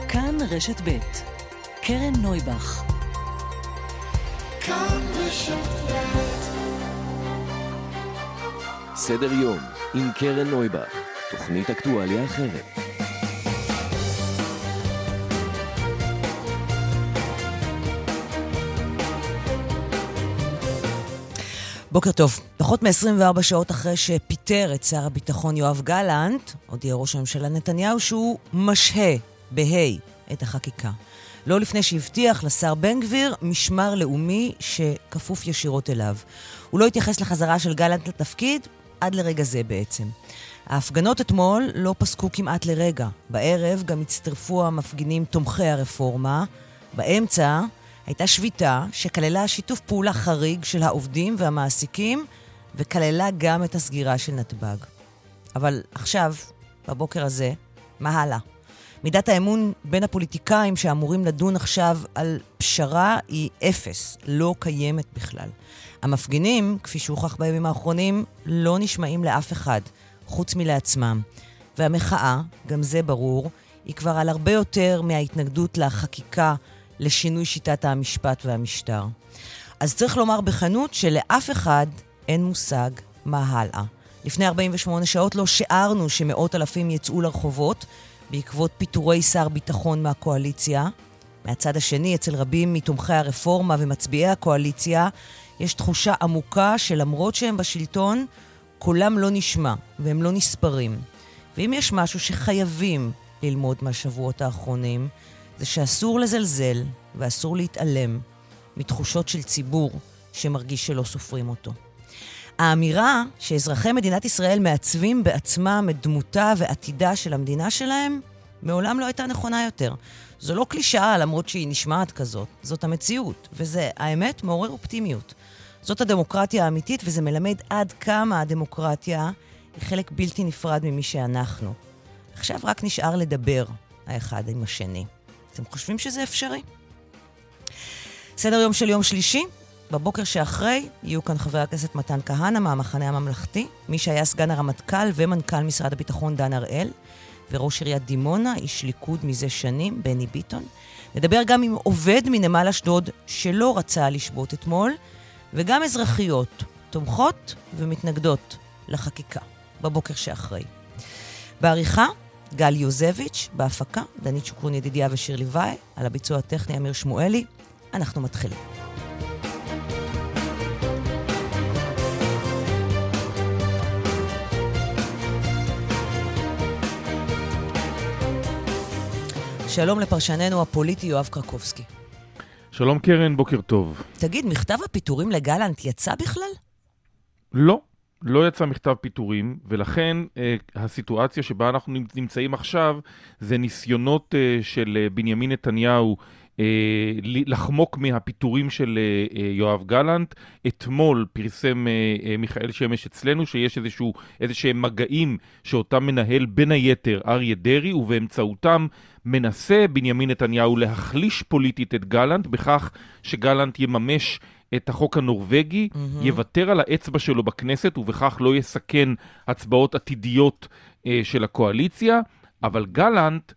כאן רשת ב' קרן נויבך. כאן רשת ב'. סדר יום עם קרן נויבך, תוכנית אקטואליה אחרת. בוקר טוב. פחות מ-24 שעות אחרי שפיטר את שר הביטחון יואב גלנט, הודיע ראש הממשלה נתניהו שהוא משהה את החקיקה. לא לפני שהבטיח לשר בן גביר משמר לאומי שכפוף ישירות אליו. הוא לא התייחס לחזרה של גלנט לתפקיד עד לרגע זה בעצם. ההפגנות אתמול לא פסקו כמעט לרגע. בערב גם הצטרפו המפגינים תומכי הרפורמה. באמצע הייתה שביתה שכללה שיתוף פעולה חריג של העובדים והמעסיקים, וכללה גם את הסגירה של נתב"ג. אבל עכשיו, בבוקר הזה, מה הלאה? מידת האמון בין הפוליטיקאים שאמורים לדון עכשיו על פשרה היא אפס, לא קיימת בכלל. המפגינים, כפי שהוכח בימים האחרונים, לא נשמעים לאף אחד, חוץ מלעצמם. והמחאה, גם זה ברור, היא כבר על הרבה יותר מההתנגדות לחקיקה, לשינוי שיטת המשפט והמשטר. אז צריך לומר בכנות שלאף אחד אין מושג מה הלאה. לפני 48 שעות לא שערנו שמאות אלפים יצאו לרחובות בעקבות פיטורי שר ביטחון מהקואליציה. מהצד השני, אצל רבים מתומכי הרפורמה ומצביעי הקואליציה, יש תחושה עמוקה שלמרות שהם בשלטון, קולם לא נשמע והם לא נספרים. ואם יש משהו שחייבים ללמוד מהשבועות האחרונים, זה שאסור לזלזל ואסור להתעלם מתחושות של ציבור שמרגיש שלא סופרים אותו. האמירה שאזרחי מדינת ישראל מעצבים בעצמם את דמותה ועתידה של המדינה שלהם, מעולם לא הייתה נכונה יותר. זו לא קלישאה למרות שהיא נשמעת כזאת, זאת המציאות, וזה האמת מעורר אופטימיות. זאת הדמוקרטיה האמיתית, וזה מלמד עד כמה הדמוקרטיה היא חלק בלתי נפרד ממי שאנחנו. עכשיו רק נשאר לדבר האחד עם השני. אתם חושבים שזה אפשרי? סדר יום של יום שלישי, בבוקר שאחרי יהיו כאן חבר הכנסת מתן כהנא מהמחנה הממלכתי, מי שהיה סגן הרמטכ"ל ומנכ"ל משרד הביטחון דן הראל, וראש עיריית דימונה, איש ליכוד מזה שנים, בני ביטון. נדבר גם עם עובד מנמל אשדוד שלא רצה לשבות אתמול, וגם אזרחיות, תומכות ומתנגדות לחקיקה, בבוקר שאחרי. בעריכה, גל יוזביץ', בהפקה, דנית שוקרון ידידיה ושיר ליוואי, על הביצוע הטכני אמיר שמואלי. אנחנו מתחילים. שלום לפרשננו הפוליטי יואב קרקובסקי. שלום קרן, בוקר טוב. תגיד, מכתב הפיטורים לגלנט יצא בכלל? לא יצא מכתב פיטורים, ולכן הסיטואציה שבה אנחנו נמצאים עכשיו זה ניסיונות של בנימין נתניהו לחמוק מהפיטורים של יואב גלנט. אתמול פרסם מיכאל שמש אצלנו שיש איזשהם מגעים שאותם מנהל בין היתר אריה דרעי, ובאמצעותם מנסה בנימין נתניהו להחליש פוליטית את גלנט בכך שגלנט יממש את החוק הנורווגי, יוותר על האצבע שלו בכנסת ובכך לא יסכן הצבעות עתידיות של הקואליציה, אבל גלנט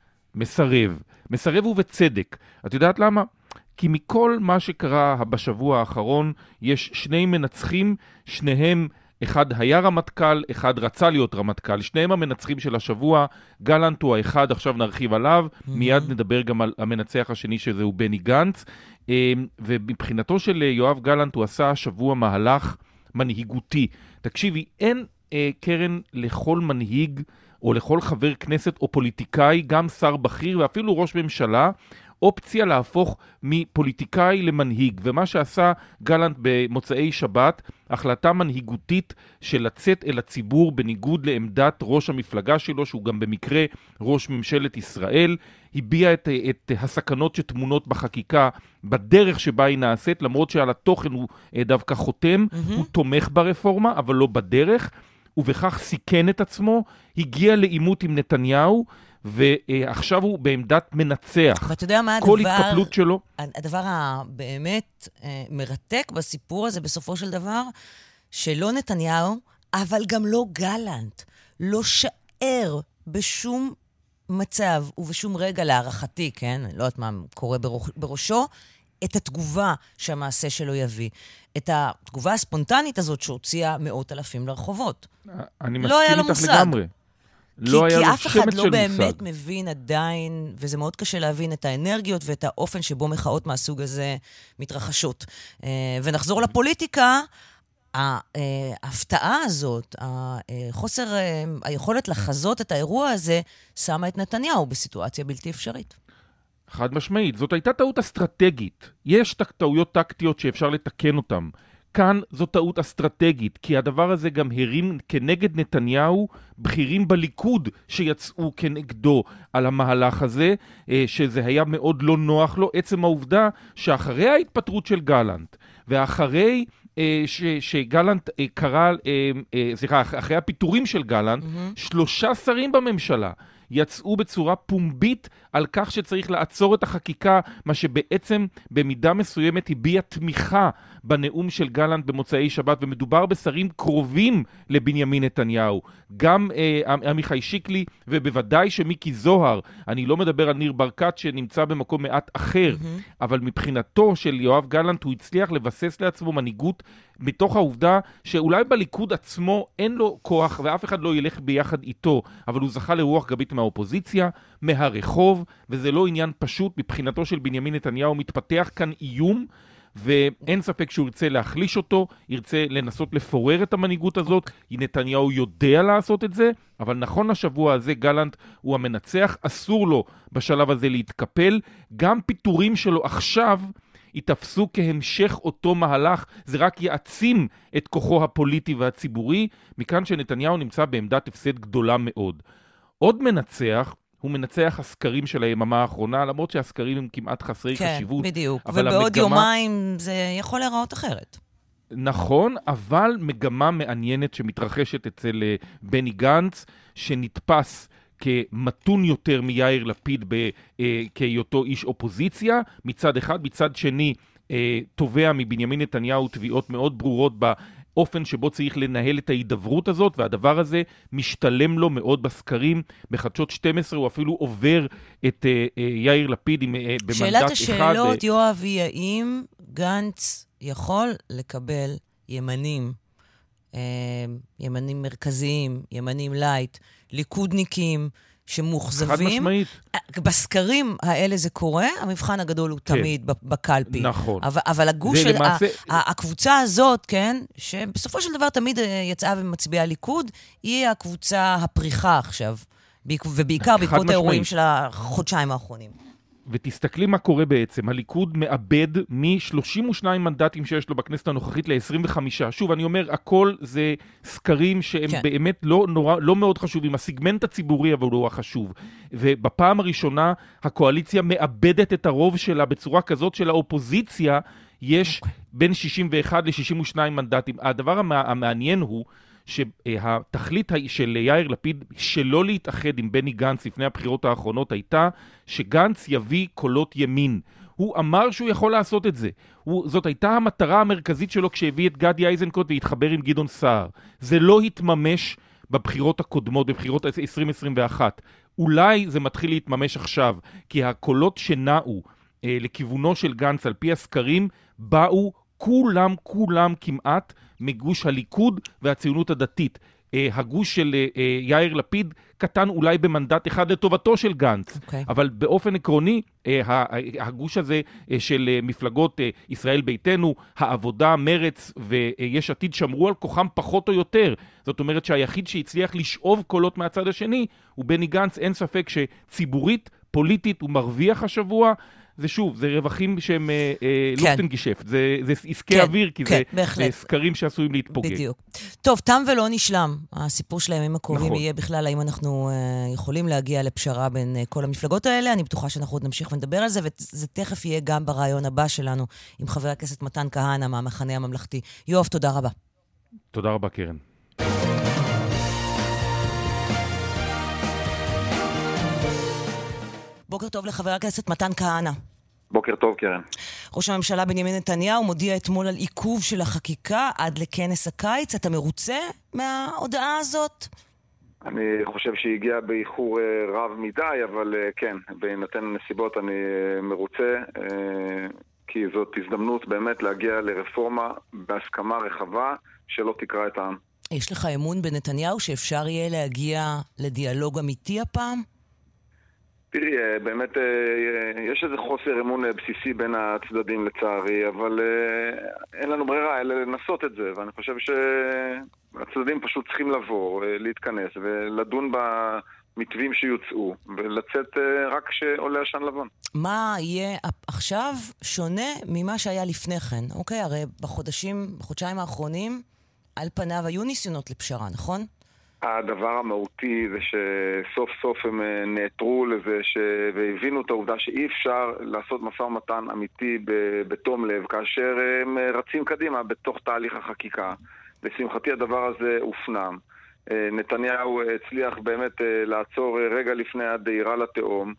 מסרב ובצדק. את יודעת למה? כי מכל מה שקרה בשבוע האחרון יש שני מנצחים, שניהם, אחד היה רמטכ"ל, אחד רצה להיות רמטכ"ל, שניהם המנצחים של השבוע. גלנט הוא האחד, עכשיו נרחיב עליו, מיד נדבר גם על המנצח השני שזהו בני גנץ, ומבחינתו של יואב גלנט הוא עשה השבוע מהלך מנהיגותי. תקשיבי, אין קרן לכל מנהיג או לכל חבר כנסת או פוליטיקאי, גם שר בכיר ואפילו ראש ממשלה, אופציה להפוך מפוליטיקאי למנהיג. ומה שעשה גלנט במוצאי שבת, החלטה מנהיגותית של לצאת אל הציבור בניגוד לעמדת ראש המפלגה שלו, שהוא גם במקרה ראש ממשלת ישראל, הביע את הסכנות שתמונות בחקיקה בדרך שבה היא נעשית, למרות שעל התוכן הוא דווקא חותם, הוא תומך ברפורמה, אבל לא בדרך, ובכך סיכן את עצמו, הגיע לעימות עם נתניהו, ועכשיו הוא בעמדת מנצח. ואתה יודע מה כל התקפלות שלו? הדבר הבאמת מרתק בסיפור הזה בסופו של דבר, שלא נתניהו, אבל גם לא גלנט, לא שער בשום מצב ובשום רגע להערכתי, כן? לא יודעת מה קורה בראשו, את התגובה שהמעשה שלו יביא. את התגובה הספונטנית הזאת שהוציאה מאות אלפים לרחובות. אני לא היה לו מסכים איתך מושג. לגמרי. לא היה כי לו אף אחד שמץ לא של באמת מושג. מבין עדיין, וזה מאוד קשה להבין את האנרגיות ואת האופן שבו מחאות מהסוג הזה מתרחשות. ונחזור לפוליטיקה, ההפתעה הזאת, חוסר היכולת לחזות את האירוע הזה, שמה את נתניהו בסיטואציה בלתי אפשרית. חד משמעית, זאת הייתה טעות אסטרטגית. יש טעויות טקטיות שאפשר לתקן אותן. כאן זו טעות אסטרטגית, כי הדבר הזה גם הרים כנגד נתניהו בכירים בליכוד שיצאו כנגדו על המהלך הזה, שזה היה מאוד לא נוח לו, עצם העובדה שאחרי ההתפטרות של גלנט, ואחרי שגלנט קרא, אחרי הפיטורים של גלנט, 3 שרים בממשלה יצאו בצורה פומבית על כך שצריך לעצור את החקיקה, מה שבעצם במידה מסוימת הביע תמיכה בנאום של גלנט במוצאי שבת, ומדובר בשרים קרובים לבנימין נתניהו. גם עמיחי שיקלי, ובוודאי שמיקי זוהר, אני לא מדבר על ניר ברקת שנמצא במקום מעט אחר, אבל מבחינתו של יואב גלנט הוא הצליח לבסס לעצמו מנהיגות מתוך העובדה שאולי בליכוד עצמו אין לו כוח ואף אחד לא ילך ביחד איתו, אבל הוא זכה לרוח גבית מהאופוזיציה, מהרחוב, וזה לא עניין פשוט. מבחינתו של בנימין נתניהו מתפתח כאן איום, ואין ספק שהוא ירצה להחליש אותו, ירצה לנסות לפורר את המנהיגות הזאת. נתניהו יודע לעשות את זה, אבל נכון לשבוע הזה גלנט הוא המנצח, אסור לו בשלב הזה להתקפל. גם פיטורים שלו עכשיו יתפסו כהמשך אותו מהלך, זה רק יעצים את כוחו הפוליטי והציבורי, מכאן שנתניהו נמצא בעמדת הפסד גדולה מאוד. עוד מנצח, הוא מנצח הסקרים של היממה האחרונה, למרות שהסקרים הם כמעט חסרי חשיבות. כן, בדיוק. אבל ובעוד יומיים זה יכול להיראות אחרת. נכון, אבל מגמה מעניינת שמתרחשת אצל בני גנץ, שנתפס כמתון יותר מיאיר לפיד כהיותו איש אופוזיציה, מצד אחד, מצד שני תובע מבנימין נתניהו תביעות מאוד ברורות באופן שבו צריך לנהל את ההידברות הזאת, והדבר הזה משתלם לו מאוד בסקרים. בחדשות 12 הוא אפילו עובר את יאיר לפיד במנדט אחד. שאלת השאלות, יואב, היא האם גנץ יכול לקבל ימנים מרכזיים, ימנים לייט, ליכודניקים שמוחזבים. חד משמעית. בסקרים האלה זה קורה, המבחן הגדול הוא תמיד בקלפי. נכון. אבל הגוש, הקבוצה הזאת, כן, שבסופו של דבר תמיד יצאה ומצביעה ליכוד, היא הקבוצה הפריחה עכשיו, ובעיקר בעקבות האירועים של החודשיים האחרונים. ותסתכלי מה קורה בעצם, הליכוד מאבד מ-32 מנדטים שיש לו בכנסת הנוכחית ל-25. שוב, אני אומר, הכל זה סקרים שהם באמת לא מאוד חשובים. הסיגמנט הציבורי אבל הוא החשוב. ובפעם הראשונה הקואליציה מאבדת את הרוב שלה בצורה כזאת של האופוזיציה, יש בין 61 ל-62 מנדטים. הדבר המעניין הוא שהתכלית של יאיר לפיד שלא להתאחד עם בני גנץ לפני הבחירות האחרונות הייתה שגנץ יביא קולות ימין. הוא אמר שהוא יכול לעשות את זה. זאת הייתה המטרה המרכזית שלו כשהביא את גדי איזנקוט והתחבר עם גדעון סער. זה לא התממש בבחירות הקודמות, בבחירות 2021. אולי זה מתחיל להתממש עכשיו, כי הקולות שנעו לכיוונו של גנץ על פי הסקרים באו כולם כמעט מגוש הליכוד והציונות הדתית. הגוש של יאיר לפיד קטן אולי במנדט אחד לטובתו של גנץ, אבל באופן עקרוני הגוש הזה של מפלגות ישראל ביתנו, העבודה, מרץ ויש עתיד שמרו על כוחם פחות או יותר. זאת אומרת שהיחיד שהצליח לשאוב קולות מהצד השני הוא בני גנץ. אין ספק שציבורית, פוליטית הוא מרוויח השבוע. זה שוב, זה רווחים שהם לופטנגשפט, זה עסקי אוויר, כי זה סקרים שעשויים להתפוגג. בדיוק. טוב, תם ולא נשלם. הסיפור של הימים הקרובים יהיה בכלל האם אנחנו יכולים להגיע לפשרה בין כל המפלגות האלה. אני בטוחה שאנחנו עוד נמשיך ונדבר על זה, וזה תכף יהיה גם ברעיון הבא שלנו עם חבר הכנסת מתן כהנא מהמחנה הממלכתי. יואב, תודה רבה. תודה רבה, קרן. בוקר טוב לחבר הכנסת מתן כהנא. בוקר טוב, קרן. ראש הממשלה בנימין נתניהו מודיע אתמול על עיכוב של החקיקה עד לכנס הקיץ. אתה מרוצה מההודעה הזאת? אני חושב שהגיע באיחור רב מדי, אבל כן, בהינתן הנסיבות אני מרוצה, כי זאת הזדמנות באמת להגיע לרפורמה בהסכמה רחבה שלא תקרא את העם. יש לך אמון בנתניהו שאפשר יהיה להגיע לדיאלוג אמיתי הפעם? תראי, באמת יש איזה חוסר אמון בסיסי בין הצדדים לצערי, אבל אין לנו ברירה אלא לנסות את זה, ואני חושב שהצדדים פשוט צריכים לבוא, להתכנס ולדון במתווים שיוצאו, ולצאת רק כשעולה עשן לבן. מה יהיה עכשיו שונה ממה שהיה לפני כן? אוקיי, הרי בחודשיים האחרונים על פניו היו ניסיונות לפשרה, נכון? הדבר המהותי זה שסוף סוף הם נעתרו לזה והבינו את העובדה שאי אפשר לעשות משא ומתן אמיתי בתום לב כאשר הם רצים קדימה בתוך תהליך החקיקה. לשמחתי הדבר הזה הופנם. נתניהו הצליח באמת לעצור רגע לפני הדהירה לתהום,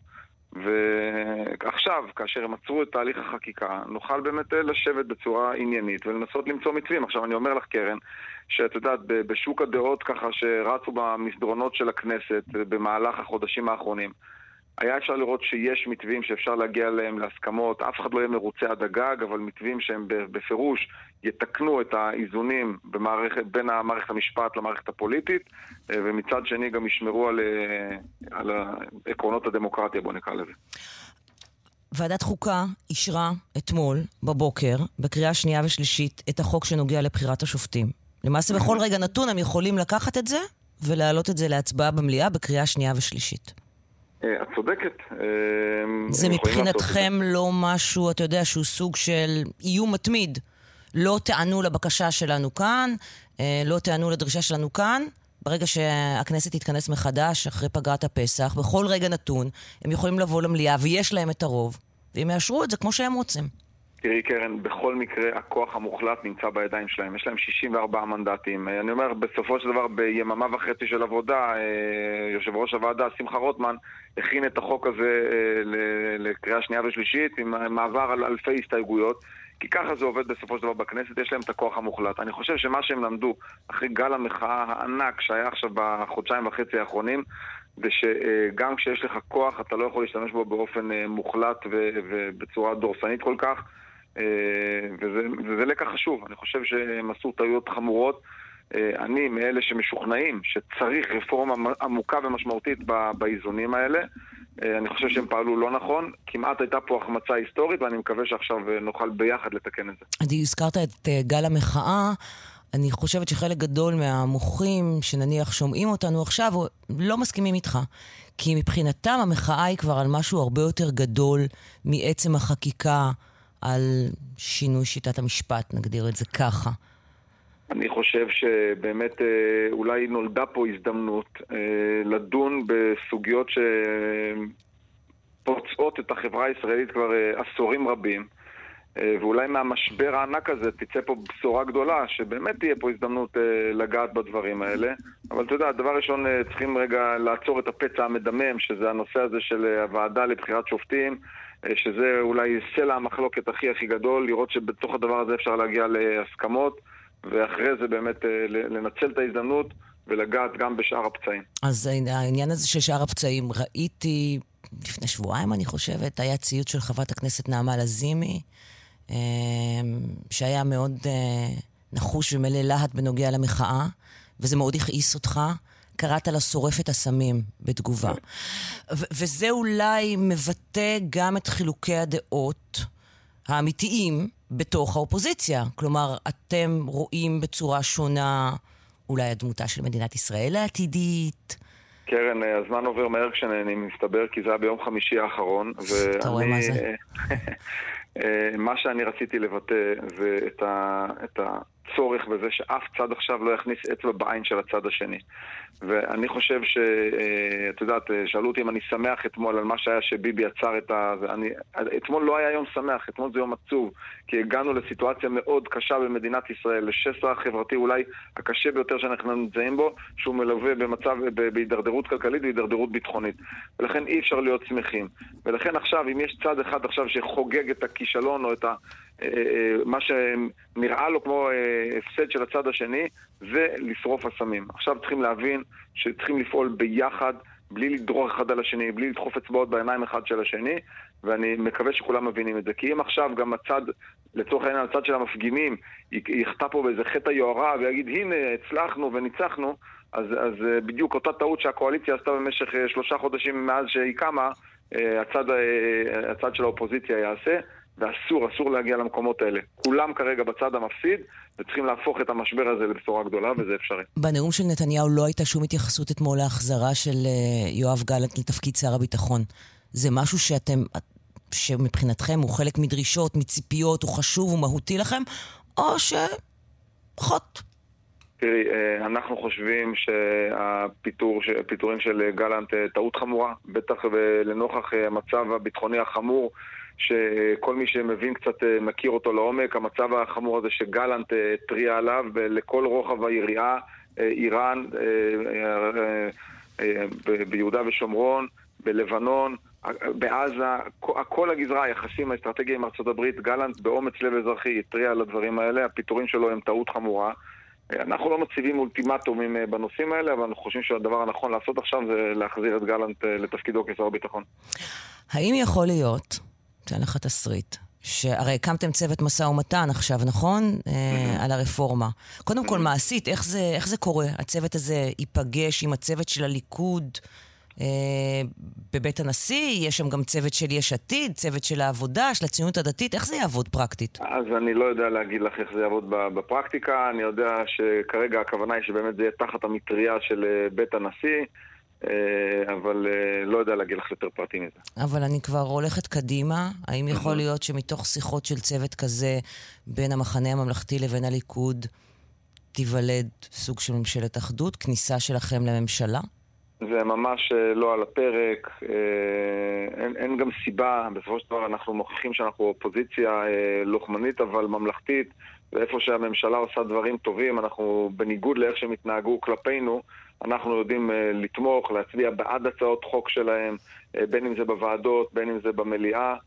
ועכשיו, כאשר הם עצרו את תהליך החקיקה, נוכל באמת לשבת בצורה עניינית ולנסות למצוא מתווים. עכשיו אני אומר לך קרן, שאת יודעת, בשוק הדעות ככה שרצו במסדרונות של הכנסת במהלך החודשים האחרונים, היה אפשר לראות שיש מתווים שאפשר להגיע להם להסכמות, אף אחד לא יהיה מרוצה עד הגג, אבל מתווים שהם בפירוש יתקנו את האיזונים בין המערכת המשפט למערכת הפוליטית, ומצד שני גם ישמרו על עקרונות הדמוקרטיה, בוא נקרא לזה. ועדת חוקה אישרה אתמול בבוקר, בקריאה שנייה ושלישית, את החוק שנוגע לבחירת השופטים. למעשה בכל רגע נתון הם יכולים לקחת את זה ולהעלות את זה להצבעה במליאה בקריאה שנייה ושלישית. את צודקת. זה מבחינתכם לא משהו, אתה יודע, שהוא סוג של איום מתמיד. לא תענו לבקשה שלנו כאן, לא תענו לדרישה שלנו כאן. ברגע שהכנסת תתכנס מחדש אחרי פגרת הפסח, בכל רגע נתון, הם יכולים לבוא למליאה ויש להם את הרוב, והם יאשרו את זה כמו שהם רוצים. תראי קרן, בכל מקרה הכוח המוחלט נמצא בידיים שלהם. יש להם 64 מנדטים. אני אומר, בסופו של דבר, ביממה וחצי של עבודה, יושב ראש הוועדה, שמחה רוטמן, הכין את החוק הזה לקריאה שנייה ושלישית, עם מעבר על אלפי הסתייגויות, כי ככה זה עובד בסופו של דבר בכנסת, יש להם את הכוח המוחלט. אני חושב שמה שהם למדו אחרי גל המחאה הענק שהיה עכשיו בחודשיים וחצי האחרונים, זה שגם כשיש לך כוח, אתה לא יכול להשתמש בו באופן מוחלט ובצורה דורסנית כל כך, וזה לקח חשוב. אני חושב שהם עשו טעויות חמורות. אני מאלה שמשוכנעים שצריך רפורמה עמוקה ומשמעותית באיזונים האלה. אני חושב שהם פעלו לא נכון. כמעט הייתה פה החמצה היסטורית, ואני מקווה שעכשיו נוכל ביחד לתקן את זה. הזכרת את גל המחאה. אני חושבת שחלק גדול מהמוחים שנניח שומעים אותנו עכשיו לא מסכימים איתך. כי מבחינתם המחאה היא כבר על משהו הרבה יותר גדול מעצם החקיקה על שינוי שיטת המשפט, נגדיר את זה ככה. אני חושב שבאמת אולי נולדה פה הזדמנות לדון בסוגיות שפוצעות את החברה הישראלית כבר עשורים רבים, ואולי מהמשבר הענק הזה תצא פה בשורה גדולה, שבאמת תהיה פה הזדמנות לגעת בדברים האלה. אבל אתה יודע, דבר ראשון צריכים רגע לעצור את הפצע המדמם, שזה הנושא הזה של הוועדה לבחירת שופטים, שזה אולי סלע המחלוקת הכי גדול, לראות שבתוך הדבר הזה אפשר להגיע להסכמות, ואחרי זה באמת לנצל את ההזדמנות ולגעת גם בשאר הפצעים. אז העניין הזה של שאר הפצעים, ראיתי לפני שבועיים אני חושבת, היה ציוץ של חברת הכנסת נעמה לזימי, שהיה מאוד נחוש ומלא להט בנוגע למחאה, וזה מאוד הכעיס אותך. קראת לה שורפת הסמים בתגובה. וזה אולי מבטא גם את חילוקי הדעות האמיתיים בתוך האופוזיציה. כלומר, אתם רואים בצורה שונה אולי הדמותה של מדינת ישראל העתידית. קרן, הזמן עובר מהר כשאני מסתבר, כי זה היה ביום חמישי האחרון. אתה רואה מה זה? מה שאני רציתי לבטא זה את הצורך בזה שאף צד עכשיו לא יכניס אצבע בעין של הצד השני. ואני חושב את יודעת, שאלו אותי אם אני שמח אתמול על מה שהיה שביבי עצר את אתמול לא היה יום שמח, אתמול זה יום עצוב, כי הגענו לסיטואציה מאוד קשה במדינת ישראל, לשסע החברתי אולי הקשה ביותר שאנחנו נמצאים בו, שהוא מלווה במצב, בהידרדרות כלכלית והידרדרות ביטחונית. ולכן אי אפשר להיות שמחים. ולכן עכשיו, אם יש צד אחד עכשיו שחוגג את הכישלון או מה שנראה לו כמו הפסד של הצד השני, זה לשרוף אסמים. עכשיו צריכים להבין שצריכים לפעול ביחד, בלי לדרוך אחד על השני, בלי לדחוף אצבעות בעיניים אחד של השני, ואני מקווה שכולם מבינים את זה. כי אם עכשיו גם הצד, לצורך העניין, הצד של המפגינים, יחטא פה באיזה חטא היוהרה, ויגיד, הנה, הצלחנו וניצחנו, אז בדיוק אותה טעות שהקואליציה עשתה במשך 3 חודשים מאז שהיא קמה, הצד של האופוזיציה יעשה, ואסור להגיע למקומות האלה. כולם כרגע בצד המפסיד, וצריכים להפוך את המשבר הזה לבשורה גדולה, וזה אפשרי. בנאום של נתניהו לא הייתה שום התייחסות אתמול להחזרה של יואב גלנט לתפקיד שר הביטחון. זה משהו שמבחינתכם הוא חלק מדרישות, מציפיות, הוא חשוב, הוא מהותי לכם, או שפחות? תראי, אנחנו חושבים שהפיטורים של גלנט טעות חמורה, בטח לנוכח המצב הביטחוני החמור, שכל מי שמבין קצת מכיר אותו לעומק, המצב החמור הזה שגלנט טריה עליו לכל רוחב היריעה, איראן, ביהודה ושומרון, בלבנון, בעזה, כל הגזרה, היחסים האסטרטגיים עם ארצות הברית, גלנט באומץ לב אזרחי טריה על הדברים האלה, הפיטורים שלו הם טעות חמורה. אנחנו לא מציבים אולטימטומים בנושאים האלה, אבל אנחנו חושבים שהדבר הנכון לעשות עכשיו זה להחזיר את גלנט לתפקידו כשר הביטחון. האם יכול להיות, תן לך תסריט, שהרי הקמתם צוות משא ומתן עכשיו, נכון? על הרפורמה. קודם כל, מעשית, איך זה קורה? הצוות הזה ייפגש עם הצוות של הליכוד בבית הנשיא? יש שם גם צוות של יש עתיד, צוות של העבודה, של הציונות הדתית. איך זה יעבוד פרקטית? אז אני לא יודע להגיד לך איך זה יעבוד בפרקטיקה. אני יודע שכרגע הכוונה היא שבאמת זה יהיה תחת המטריה של בית הנשיא, אבל לא יודע להגיד לך יותר פרטים מזה. אבל אני כבר הולכת קדימה. האם יכול להיות שמתוך שיחות של צוות כזה בין המחנה הממלכתי לבין הליכוד תיוולד סוג של ממשלת אחדות, כניסה שלכם לממשלה? זה ממש לא על הפרק, אין גם סיבה. בסופו של דבר אנחנו מוכיחים שאנחנו אופוזיציה לוחמנית אבל ממלכתית, ואיפה שהממשלה עושה דברים טובים, אנחנו בניגוד לאיך שהם התנהגו כלפינו, אנחנו יודעים לתמוך, להצביע בעד הצעות חוק שלהם, בין אם זה בוועדות, בין אם זה במליאה,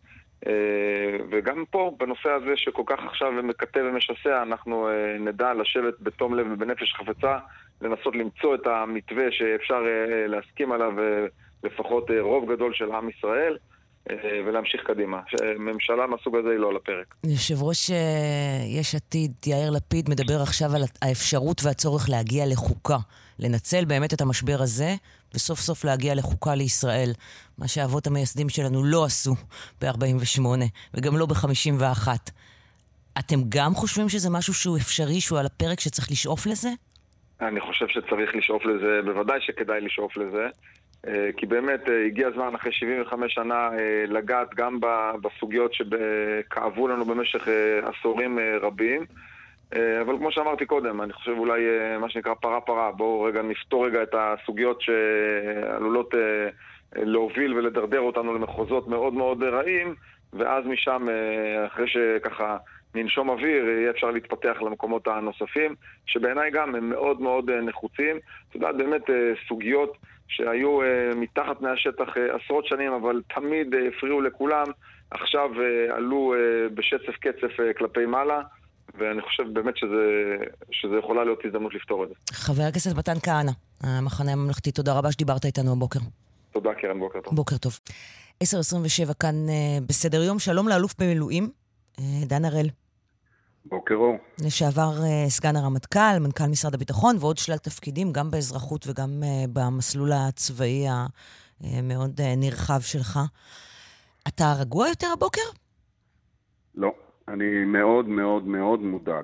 וגם פה בנושא הזה שכל כך עכשיו מקטב ומשסע, אנחנו נדע לשבת בתום לב ובנפש חפצה, לנסות למצוא את המתווה שאפשר להסכים עליו לפחות רוב גדול של עם ישראל, ולהמשיך קדימה. ממשלה מהסוג הזה היא לא על הפרק. יושב ראש יש עתיד, יאיר לפיד, מדבר עכשיו על האפשרות והצורך להגיע לחוקה. לנצל באמת את המשבר הזה, וסוף סוף להגיע לחוקה לישראל. מה שהאבות המייסדים שלנו לא עשו ב-48, וגם לא ב-51. אתם גם חושבים שזה משהו שהוא אפשרי, שהוא על הפרק שצריך לשאוף לזה? אני חושב שצריך לשאוף לזה, בוודאי שכדאי לשאוף לזה. כי באמת הגיע הזמן אחרי 75 שנה לגעת גם בסוגיות שכאבו לנו במשך עשורים רבים. אבל כמו שאמרתי קודם, אני חושב אולי מה שנקרא פרה. בואו רגע נפתור רגע את הסוגיות שעלולות להוביל ולדרדר אותנו למחוזות מאוד מאוד רעים, ואז משם, אחרי שככה ננשום אוויר, יהיה אפשר להתפתח למקומות הנוספים, שבעיניי גם הם מאוד מאוד נחוצים. אתה יודע, באמת סוגיות שהיו מתחת מהשטח עשרות שנים, אבל תמיד הפריעו לכולם, עכשיו עלו בשצף קצף כלפי מעלה, ואני חושב באמת שזה יכולה להיות הזדמנות לפתור את זה. חבר הכנסת מתן כהנא, המחנה הממלכתי, תודה רבה שדיברת איתנו הבוקר. תודה קרן, בוקר טוב. בוקר טוב. 10:27 כאן בסדר יום. שלום לאלוף במילואים, דן הראל. בוקר אור. לשעבר סגן הרמטכ"ל, מנכ"ל משרד הביטחון, ועוד שלל תפקידים, גם באזרחות וגם במסלול הצבאי המאוד נרחב שלך. אתה רגוע יותר הבוקר? לא, אני מאוד מאוד מאוד מודאג.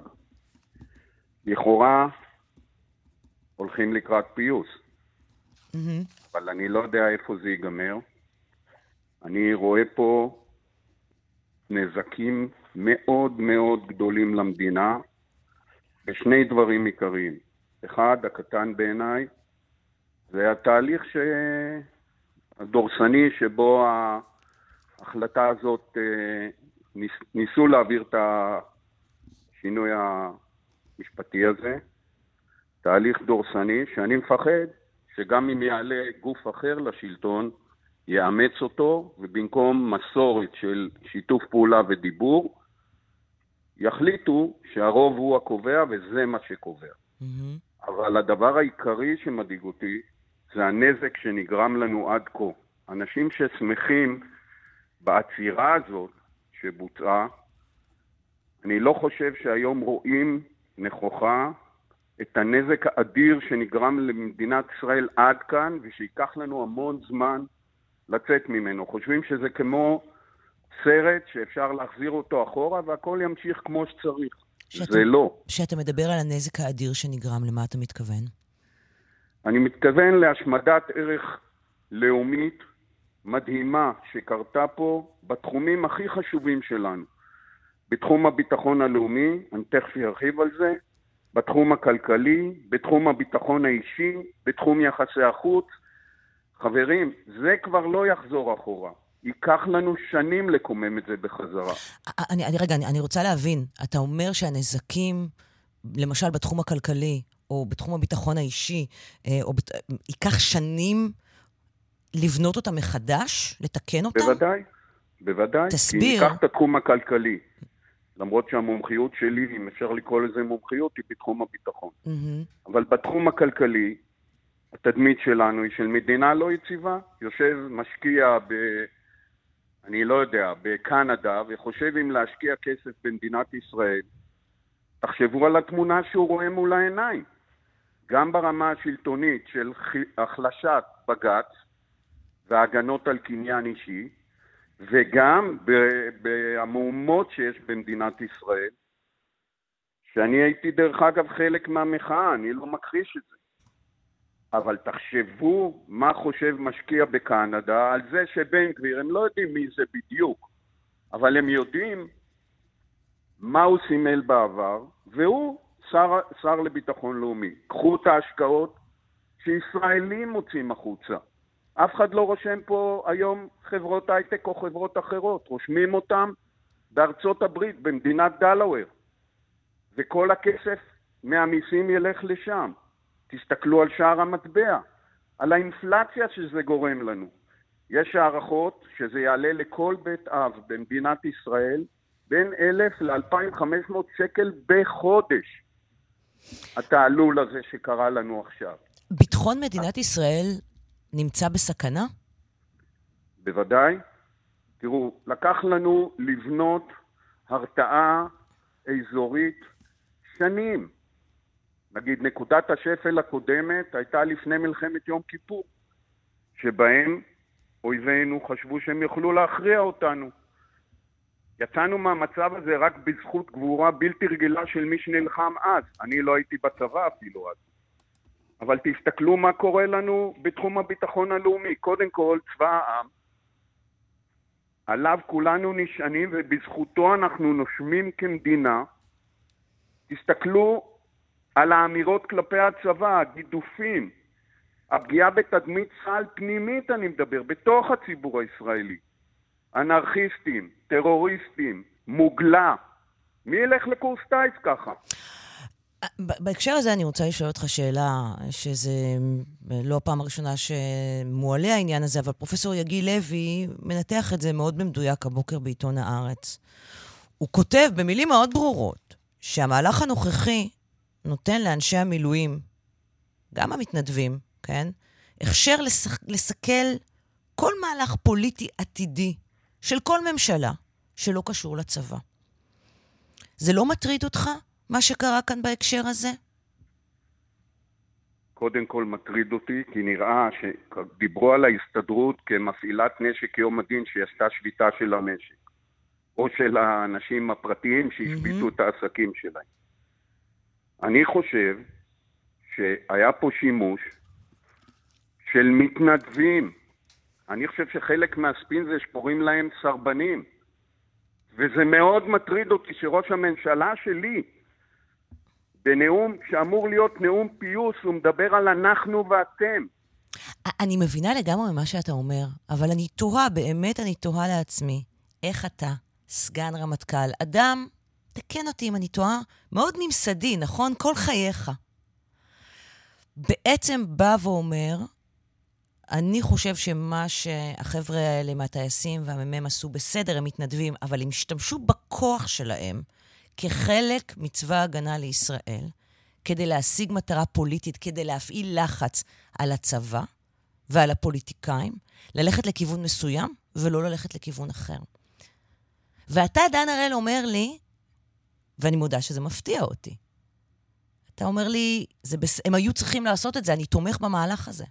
לכאורה הולכים לקראת פיוס, אבל אני לא יודע איפה זה ייגמר. אני רואה פה נזקים מאוד מאוד גדולים למדינה, בשני דברים עיקריים. אחד, הקטן בעיניי, זה התהליך הדורסני שבו ההחלטה הזאת ניסו להעביר את השינוי המשפטי הזה. תהליך דורסני שאני מפחד שגם אם יעלה גוף אחר לשלטון, יאמץ אותו, ובמקום מסורת של שיתוף פעולה ודיבור, יחליטו שהרוב הוא הקובע וזה מה שקובע. אבל הדבר העיקרי שמדאיג אותי זה הנזק שנגרם לנו עד כה. אנשים ששמחים בעצירה הזאת שבוצעה, אני לא חושב שהיום רואים נכוחה את הנזק האדיר שנגרם למדינת ישראל עד כאן, ושיקח לנו המון זמן לצאת ממנו. חושבים שזה כמו סרט שאפשר להחזיר אותו אחורה, והכל ימשיך כמו שצריך. זה לא. כשאתה מדבר על הנזק האדיר שנגרם, למה אתה מתכוון? אני מתכוון להשמדת ערך לאומית מדהימה שקרתה פה בתחומים הכי חשובים שלנו. בתחום הביטחון הלאומי, אני תכף ארחיב על זה, בתחום הכלכלי, בתחום הביטחון האישי, בתחום יחסי החוץ. חברים, זה כבר לא יחזור אחורה. ייקח לנו שנים לקומם את זה בחזרה. אני רוצה להבין, אתה אומר שהנזקים, למשל בתחום הכלכלי, או בתחום הביטחון האישי, ייקח שנים לבנות אותם מחדש, לתקן אותם? בוודאי. תסביר. כי ניקח את התחום הכלכלי. למרות שהמומחיות שלי, אם אפשר לקרוא לזה מומחיות, היא בתחום הביטחון. אבל בתחום הכלכלי, התדמית שלנו היא של מדינה לא יציבה. יושב משקיע אני לא יודע, בקנדה, וחושב אם להשקיע כסף במדינת ישראל. תחשבו על התמונה שהוא רואה מול העיניים. גם ברמה השלטונית של החלשת בג"ץ והגנות על קניין אישי, וגם במהומות שיש במדינת ישראל, שאני הייתי דרך אגב חלק מהמחאה, אני לא מכחיש את זה. אבל תחשבו מה חושב משקיע בקנדה על זה שבן גביר, הם לא יודעים מי זה בדיוק, אבל הם יודעים מה הוא סימל בעבר, והוא שר לביטחון לאומי. קחו את ההשקעות שישראלים מוצאים החוצה. אף אחד לא רושם פה היום חברות הייטק או חברות אחרות, רושמים אותם בארצות הברית, במדינת דלאוור, וכל הכסף מהמיסים ילך לשם. תסתכלו על שער המטבע, על האינפלציה שזה גורם לנו. יש הערכות שזה יעלה לכל בית אב במדינת ישראל בין 1,000 ל-2,500 שקל בחודש. התעלול הזה שקרה לנו עכשיו. ביטחון מדינת ישראל נמצא בסכנה? בוודאי. תראו, לקח לנו לבנות הרתעה אזורית שנים. נגיד, נקודת השפל הקודמת הייתה לפני מלחמת יום כיפור, שבהם אויבינו חשבו שהם יוכלו להכריע אותנו. יצאנו מהמצב הזה רק בזכות גבורה בלתי רגילה של מי שנלחם אז. אני לא הייתי בצבא אפילו אז. אבל תסתכלו מה קורה לנו בתחום הביטחון הלאומי. קודם כל, צבא העם, עליו כולנו נשענים ובזכותו אנחנו נושמים כמדינה. תסתכלו על האמירות כלפי הצבא, הגידופים, הפגיעה בתדמית צה"ל פנימית, אני מדבר, בתוך הציבור הישראלי. אנרכיסטים, טרוריסטים, מוגלה. מי ילך לקורס טייס ככה? בהקשר הזה אני רוצה לשאול אותך שאלה, שזה לא הפעם הראשונה שמועלה העניין הזה, אבל פרופסור יגיל לוי מנתח את זה מאוד במדויק הבוקר בעיתון הארץ. הוא כותב במילים מאוד ברורות, שהמהלך הנוכחי נותן לאנשי המילואים, גם המתנדבים, כן? הכשר לסכל כל מהלך פוליטי עתידי של כל ממשלה שלא קשור לצבא. זה לא מטריד אותך, מה שקרה כאן בהקשר הזה? קודם כל מטריד אותי, כי נראה שדיברו על ההסתדרות כמפעילת נשק יום הדין שעשתה שביתה של המשק, או של האנשים הפרטיים שהשביתו את העסקים שלהם. אני חושב שהיה פה שימוש של מתנדבים. אני חושב שחלק מהספין זה שקוראים להם סרבנים. וזה מאוד מטריד אותי שראש הממשלה שלי, בנאום שאמור להיות נאום פיוס, הוא מדבר על אנחנו ואתם. אני מבינה לגמרי ממה שאתה אומר, אבל אני תוהה, באמת אני תוהה לעצמי, איך אתה, סגן רמטכ"ל, אדם, תקן אותי אם אני טועה, מאוד ממסדי, נכון? כל חייך. בעצם בא ואומר, אני חושב שמה שהחבר'ה האלה מהטייסים והמ"מ עשו בסדר, הם מתנדבים, אבל הם השתמשו בכוח שלהם כחלק מצבא הגנה לישראל, כדי להשיג מטרה פוליטית, כדי להפעיל לחץ על הצבא ועל הפוליטיקאים, ללכת לכיוון מסוים ולא ללכת לכיוון אחר. ואתה, דן הראל, אומר לי, ואני מודה שזה מפתיע אותי, אתה אומר לי, הם היו צריכים לעשות את זה, אני תומך במהלך הזה.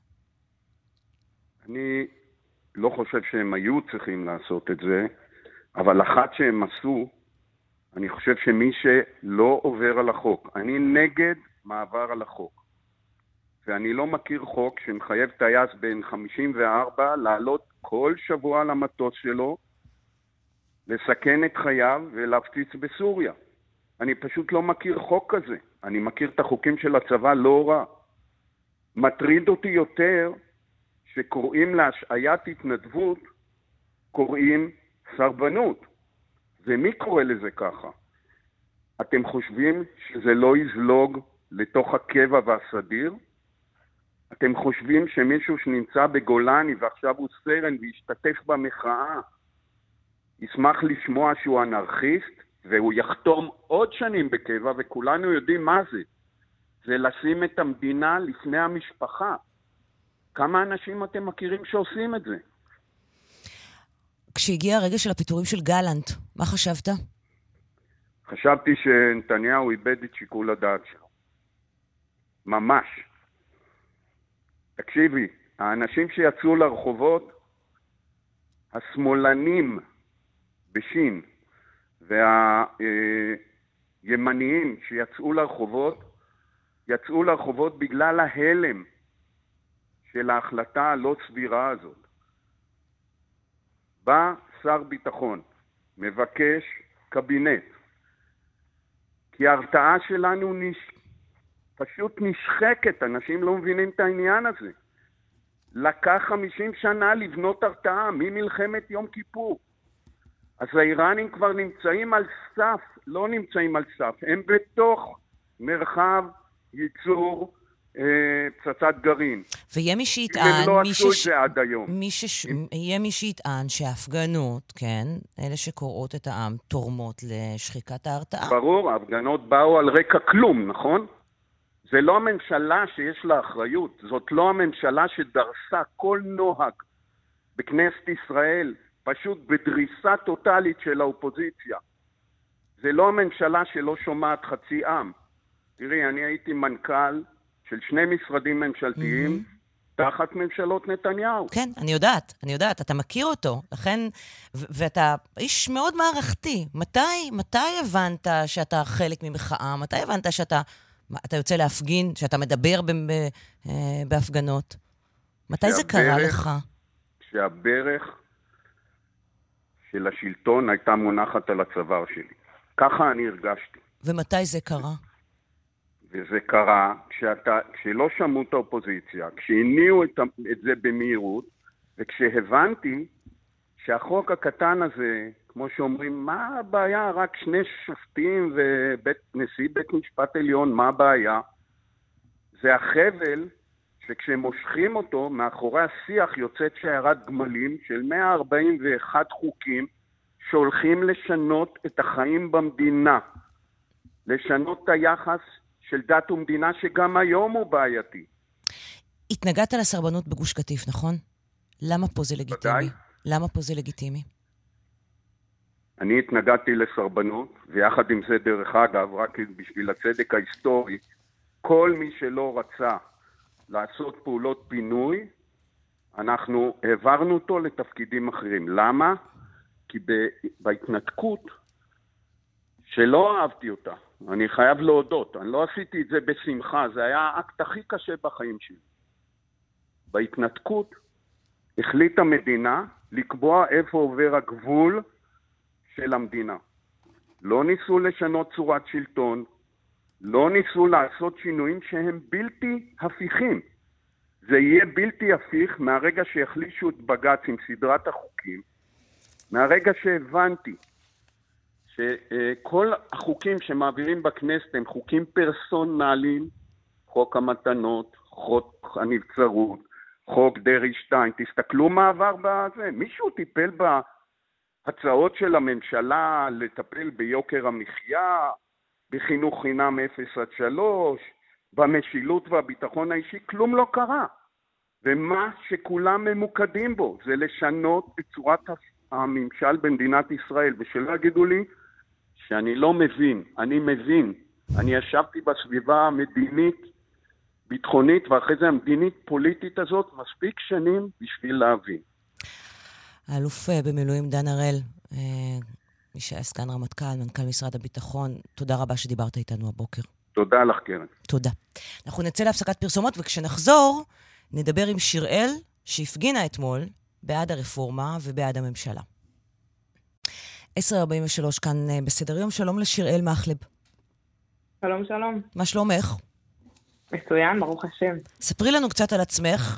אני לא חושב שהם היו צריכים לעשות את זה, אבל אחת שהם עשו, אני חושב שמי שלא עובר על החוק, אני נגד מעבר על החוק. ואני לא מכיר חוק שמחייב טייס בן 54 לעלות כל שבוע למטוס שלו, לסכן את חייו ולהפציץ בסוריה. אני פשוט לא מכיר חוק כזה. אני מכיר את החוקים של הצבא לא רע. מטריד אותי יותר שקוראים להשעיית התנדבות, קוראים סרבנות. ומי קורא לזה ככה? אתם חושבים שזה לא יזלוג לתוך הקבע והסדיר? אתם חושבים שמישהו שנמצא בגולני ועכשיו הוא סרן וישתתף במחאה, ישמח לשמוע שהוא אנרכיסט, והוא יחתום עוד שנים בקבע, וכולנו יודעים מה זה. זה לשים את המדינה לפני המשפחה. כמה אנשים אתם מכירים שעושים את זה? כשהגיע הרגע של הפיטורים של גלנט, מה חשבת? חשבתי שנתניהו איבד את שיקול הדעת שלו. ממש. תקשיבי, האנשים שיצאו לרחובות, השמאלנים בשין, והימניים שיצאו לרחובות, יצאו לרחובות בגלל ההלם של ההחלטה הלא סבירה הזאת. בא שר ביטחון, מבקש קבינט, כי ההרתעה שלנו פשוט נשחקת, אנשים לא מבינים את העניין הזה. לקח 50 שנה לבנות הרתעה ממלחמת יום כיפור. אז האיראנים כבר נמצאים על סף, לא נמצאים על סף, הם בתוך מרחב ייצור פצצת גרעין. ויהיה מי שיטען, הם לא עשו את זה עד היום. יהיה מי שיטען שההפגנות, כן, אלה שקוראות את העם, תורמות לשחיקת ההרתעה. ברור, ההפגנות באו על רקע כלום, נכון? זה לא הממשלה שיש לה אחריות, זאת לא הממשלה שדרסה כל נוהג בכנסת ישראל, פשוט בדריסה טוטלית של האופוזיציה. זה לא הממשלה שלא שומעת חצי עם. תראי, אני הייתי מנכ"ל של 2 משרדים ממשלתיים תחת ממשלות נתניהו. כן, אני יודעת, אתה מכיר אותו, לכן, ואתה איש מאוד מערכתי. מתי הבנת שאתה חלק ממחאה? מתי הבנת שאתה יוצא להפגין, שאתה מדבר בהפגנות? מתי זה קרה לך? שהברך של השלטון הייתה מונחת על הצוואר שלי. ככה אני הרגשתי. ומתי זה קרה? וזה קרה כשלא שמעו את האופוזיציה, כשהניעו את זה במהירות, וכשהבנתי שהחוק הקטן הזה, כמו שאומרים, מה הבעיה? רק 2 שופטים ונשיא בית משפט עליון, מה הבעיה? זה החבל שכשהם מושכים אותו, מאחורי השיח יוצאת שיירת גמלים של 141 חוקים שהולכים לשנות את החיים במדינה, לשנות את היחס של דת ומדינה שגם היום הוא בעייתי. התנגדת לסרבנות בגוש קטיף, נכון? למה פה זה לגיטימי? ודאי. למה פה זה לגיטימי? אני התנגדתי לסרבנות, ויחד עם זה דרך אגב, רק בשביל הצדק ההיסטורי, כל מי שלא רצה לעשות פעולות פינוי, אנחנו העברנו אותו לתפקידים אחרים. למה? כי בהתנתקות שלא אהבתי אותה, אני חייב להודות, אני לא עשיתי את זה בשמחה, זה היה האקט הכי קשה בחיים שלי. בהתנתקות החליטה המדינה לקבוע איפה עובר הגבול של המדינה. לא ניסו לשנות צורת שלטון, לא ניסו לעשות שינויים שהם בלתי הפיכים. זה יהיה בלתי הפיך מהרגע שהחלישו את בג"ץ עם סדרת החוקים, מהרגע שהבנתי שכל החוקים שמעבירים בכנסת הם חוקים פרסונליים, חוק המתנות, חוק הנבצרות, חוק דרעי 2, תסתכלו מה עבר בזה, מישהו טיפל הצעות של הממשלה לטפל ביוקר המחיה, בחינוך חינם 0-3, במשילות והביטחון האישי, כלום לא קרה. ומה שכולם ממוקדים בו זה לשנות את צורת הממשל במדינת ישראל, ושלא יגידו לי שאני לא מבין, אני מבין. אני ישבתי בסביבה המדינית, ביטחונית, ואחרי זה המדינית פוליטית הזאת מספיק שנים בשביל להבין. האלוף במילואים דן הראל, מי שהיה סגן רמטכ"ל, מנכ"ל משרד הביטחון, תודה רבה שדיברת איתנו הבוקר. תודה לך, קרן. תודה. אנחנו נצא להפסקת פרסומות, וכשנחזור, נדבר עם שיראל, שהפגינה אתמול בעד הרפורמה ובעד הממשלה. 10:43 כאן בסדר יום. שלום לשיראל מחלב. שלום, שלום. מה שלומך? מצוין, ברוך השם. ספרי לנו קצת על עצמך.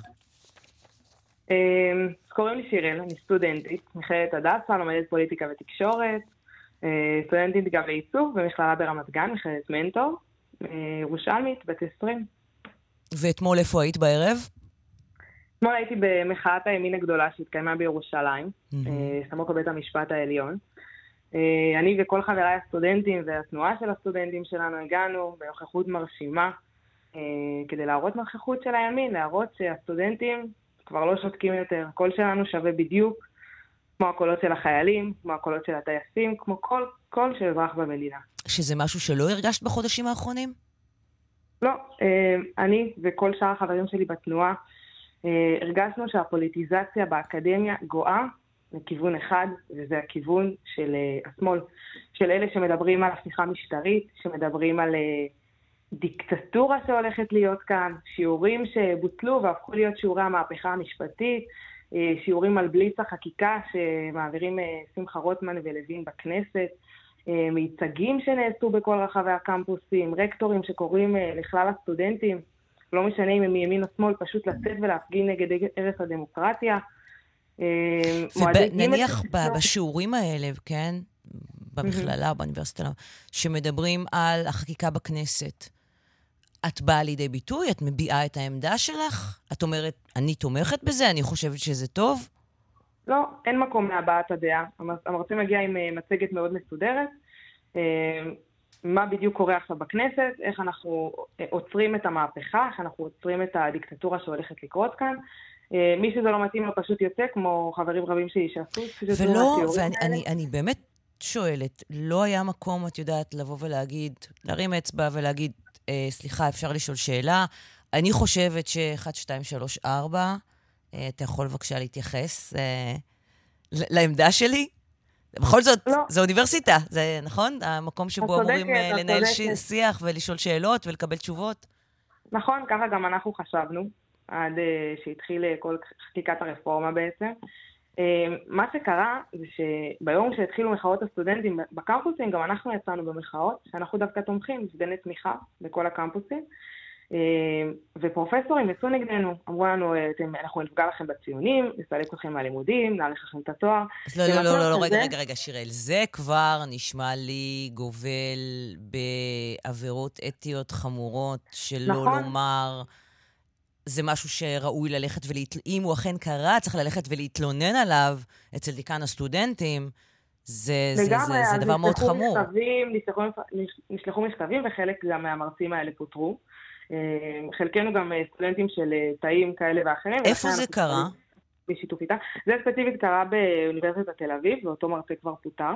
קוראים לי שיראל, אני סטודנטית, מכללת הדסה, לומדת פוליטיקה ותקשורת, סטודנטית גם לעיצוב במכללה ברמת גן, מכללת מנטור, ירושלמית, בת 20. ואתמול איפה היית בערב? אתמול הייתי במחאת הימין הגדולה שהתקיימה בירושלים, סמוך לבית המשפט העליון. אני וכל חבריי הסטודנטים והתנועה של הסטודנטים שלנו הגענו בנוכחות מרשימה, כדי להראות נוכחות של הימין, להראות שהסטודנטים כבר לא שותקים יותר. הקול שלנו שווה בדיוק כמו הקולות של החיילים, כמו הקולות של הטייסים, כמו כל קול של אזרח במדינה. שזה משהו שלא הרגשת בחודשים האחרונים? לא, אני וכל שאר החברים שלי בתנועה הרגשנו שהפוליטיזציה באקדמיה גואה לכיוון אחד, וזה הכיוון של השמאל, של אלה שמדברים על הפיכה משטרית, שמדברים על דיקטטורה שהולכת להיות כאן, שיעורים שבוטלו והפכו להיות שיעורי המהפכה המשפטית, שיעורים על בליץ החקיקה שמעבירים שמחה רוטמן ולוין בכנסת, מיצגים שנעשו בכל רחבי הקמפוסים, רקטורים שקוראים לכלל הסטודנטים, לא משנה אם הם מימין או שמאל, פשוט לצאת ולהפגין נגד הרס הדמוקרטיה. ונניח בשיעורים האלה, כן, במכללה, באוניברסיטה, שמדברים על החקיקה בכנסת, את באה לידי ביטוי? את מביעה את העמדה שלך? את אומרת, אני תומכת בזה? אני חושבת שזה טוב? לא, אין מקום להבעת הדעה. המרצה מגיע עם מצגת מאוד מסודרת. מה בדיוק קורה עכשיו בכנסת, איך אנחנו עוצרים את המהפכה, איך אנחנו עוצרים את הדיקטטורה שהולכת לקרות כאן. מי שזה לא מתאים לו פשוט יוצא, כמו חברים רבים שעשו. ולא, ואני באמת שואלת, לא היה מקום, את יודעת, לבוא ולהגיד, להרים אצבע ולהגיד, סליחה, אפשר לשאול שאלה. אני חושבת ש1, 2, 3, 4, אתה יכול בבקשה להתייחס לעמדה שלי? בכל זאת, זו אוניברסיטה, זה נכון? המקום שבו אמורים לנהל שיח ולשאול שאלות ולקבל תשובות? נכון, ככה גם אנחנו חשבנו, עד שהתחיל כל חקיקת הרפורמה בעצם. מה שקרה זה שביום שהתחילו מחאות הסטודנטים בקמפוסים, גם אנחנו יצאנו במחאות, שאנחנו דווקא תומכים, סגני תמיכה בכל הקמפוסים, ופרופסורים יצאו נגדנו, אמרו לנו, אנחנו נפגע לכם בציונים, נסלק לכם מהלימודים, נעריך לכם את התואר. לא, רגע, שיראל, זה כבר נשמע לי גובל בעבירות אתיות חמורות, שלא לומר, זה משהו שראוי ללכת אם הוא אכן קרה, צריך ללכת ולהתלונן עליו אצל דיקן הסטודנטים, זה דבר מאוד חמור. נשלחו מכתבים, וחלק גם מהמרצים האלה פוטרו. חלקנו גם סטודנטים של תאים כאלה ואחרים. איפה זה קרה? בשיתוף איתה. זה ספציפית קרה באוניברסיטת תל אביב, ואותו מרצה כבר פוטר.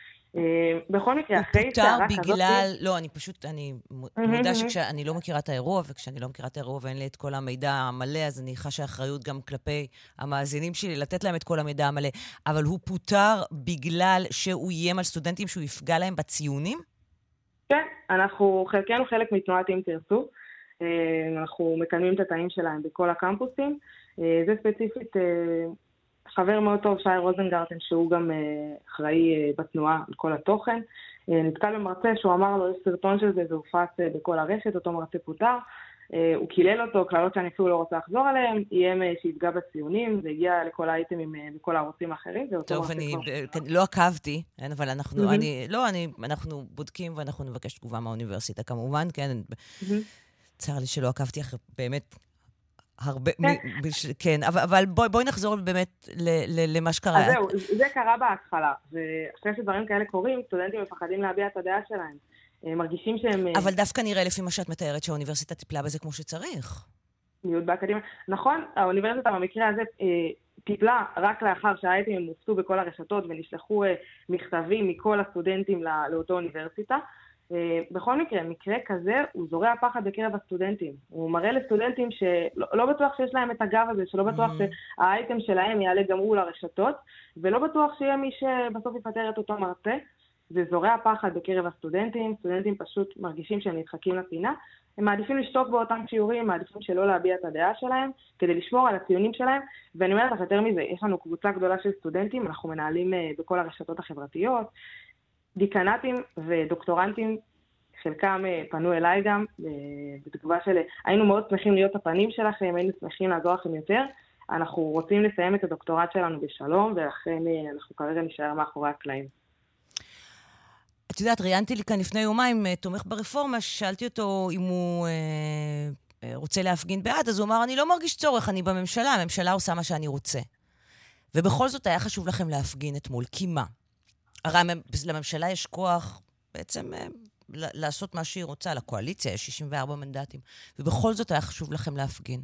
בכל מקרה, אחרי שערה כזאת... הוא פוטר בגלל... לא, אני מודה שכשאני לא מכירה את האירוע, וכשאני לא מכירה את האירוע ואין לי את כל המידע המלא, אז אני חשה אחריות גם כלפי המאזינים שלי, לתת להם את כל המידע המלא. אבל הוא פוטר בגלל שהוא איים על סטודנטים שהוא יפגע להם בציונים? כן, חלקנו חלק מתנועת אם תרצו. אנחנו מקדמים את התאים שלהם בכל הקמפוסים. זה ספציפית חבר מאוד טוב, שי רוזנגרטן, שהוא גם אחראי בתנועה על כל התוכן. נתקל במרצה שהוא אמר לו, יש סרטון של זה, זה הופץ בכל הרשת, אותו מרצה פוטר. הוא קילל אותו, כללות שאני אפילו לא רוצה לחזור עליהם, איים שיפגע בציונים, זה הגיע לכל האייטמים וכל הערוצים האחרים. טוב, אני לא עקבתי, אבל אנחנו בודקים ואנחנו נבקש תגובה מהאוניברסיטה, כמובן, כן. צר לי שלא עקבתי אחרי באמת הרבה, כן, אבל בואי נחזור באמת למה שקרה. אז זהו, זה קרה בהתחלה, ואחרי שדברים כאלה קורים, סטודנטים מפחדים להביע את הדעה שלהם. מרגישים שהם... אבל דווקא נראה לפי מה שאת מתארת שהאוניברסיטה טיפלה בזה כמו שצריך. ניוד באקדמיה. נכון, האוניברסיטה במקרה הזה טיפלה רק לאחר שהאייטמים מופצו בכל הרשתות ונשלחו מכתבים מכל הסטודנטים לאותו אוניברסיטה. בכל מקרה, מקרה כזה הוא זורע פחד בקרב הסטודנטים. הוא מראה לסטודנטים שלא בטוח שיש להם את הגב הזה, שלא בטוח שהאייטם שלהם יעלה גם הוא לרשתות, ולא בטוח שיהיה מי שבסוף יפטר את אותו מרצה. זה זורע פחד בקרב הסטודנטים, סטודנטים פשוט מרגישים שהם נדחקים לפינה, הם מעדיפים לשתוק באותם שיעורים, מעדיפים שלא להביע את הדעה שלהם, כדי לשמור על הציונים שלהם, ואני אומרת לך יותר מזה, יש לנו קבוצה גדולה של סטודנטים, אנחנו מנהלים בכל הרשתות החברתיות, דיקנטים ודוקטורנטים, חלקם פנו אליי גם, בתקווה של, היינו מאוד שמחים להיות הפנים שלכם, היינו שמחים לעזור לכם יותר, אנחנו רוצים לסיים את הדוקטורט שלנו בשלום, ולכן אנחנו כרגע נשאר מאחורי הקלעים. את יודעת, ראיינתי לי כאן לפני יומיים תומך ברפורמה, שאלתי אותו אם הוא רוצה להפגין בעד, אז הוא אמר, אני לא מרגיש צורך, אני בממשלה, הממשלה עושה מה שאני רוצה. ובכל זאת היה חשוב לכם להפגין אתמול, כי מה? הרי לממשלה יש כוח בעצם לעשות מה שהיא רוצה, לקואליציה יש 64 מנדטים, ובכל זאת היה חשוב לכם להפגין.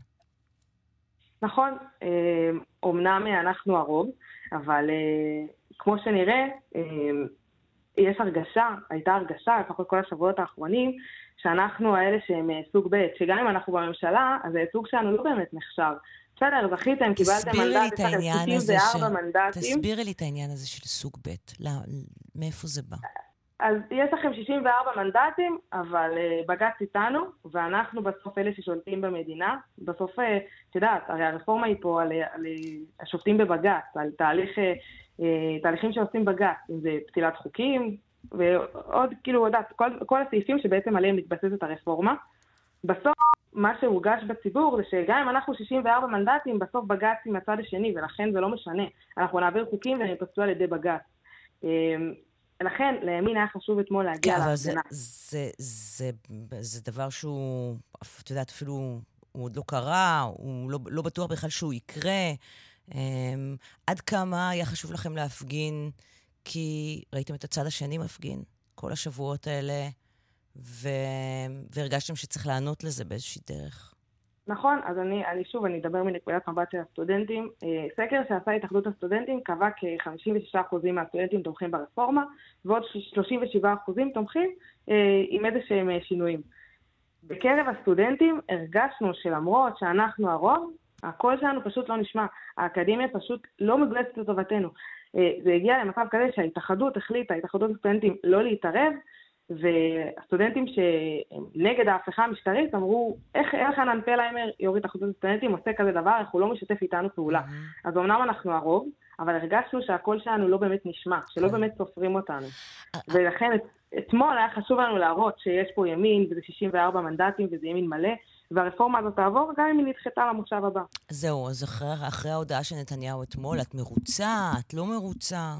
נכון, אומנם אנחנו הרוב, אבל כמו שנראה, יש הרגשה, הייתה הרגשה, לפחות כל השבועות האחרונים, שאנחנו האלה שהם סוג ב', שגם אם אנחנו בממשלה, אז הייצוג שלנו לא באמת נחשב. בסדר, זכיתם, קיבלתם מנדט, יש לכם 64 מנדטים. תסבירי לי את העניין הזה של סוג ב', מאיפה זה בא? אז יש לכם 64 מנדטים, אבל בג"ץ איתנו, ואנחנו בסוף אלה ששולטים במדינה. בסוף, את יודעת, הרי הרפורמה היא פה על השופטים בבג"ץ, על תהליכים שעושים בג"ץ, אם זה פסילת חוקים, ועוד כאילו, יודעת, כל הסעיפים שבעצם עליהם מתבססת הרפורמה. בסוף, מה שהורגש בציבור זה שגם אם אנחנו 64 מנדטים, בסוף בג"ץ עם הצד השני, ולכן זה לא משנה. אנחנו נעביר חוקים והם יפסלו על ידי בג"ץ. לכן, לימין היה חשוב אתמול להגיע להפגנה. זה דבר שהוא, את יודעת, אפילו הוא עוד לא קרה, הוא לא בטוח בכלל שהוא יקרה. עד כמה היה חשוב לכם להפגין, כי ראיתם את הצד השני מפגין כל השבועות האלה, והרגשתם שצריך לענות לזה באיזושהי דרך. נכון, אז אני אדבר מנקודת מבט של הסטודנטים. סקר שעשה התאחדות הסטודנטים קבע כ-56% מהסטודנטים תומכים ברפורמה, ועוד 37% תומכים עם איזשהם שינויים. בקרב הסטודנטים הרגשנו שלמרות שאנחנו הרוב, הקול שלנו פשוט לא נשמע. האקדמיה פשוט לא מגויסת לטובתנו. זה הגיע למצב כזה שההתאחדות החליטה, התאחדות הסטודנטים לא להתערב, והסטודנטים שנגד ההפיכה המשטרית אמרו, איך אלחנן פלהיימר, יו"ר התאחדות הסטודנטים, עושה כזה דבר, איך הוא לא משתף איתנו פעולה. אז אמנם אנחנו הרוב, אבל הרגשנו שהקול שלנו לא באמת נשמע, שלא באמת סופרים אותנו. ולכן אתמול היה חשוב לנו להראות שיש פה ימין, וזה 64 מנדטים, וזה ימין מלא, והרפורמה הזאת תעבור גם אם היא נדחתה למושב הבא. זהו, אז אחרי ההודעה של נתניהו אתמול, את מרוצה? את לא מרוצה?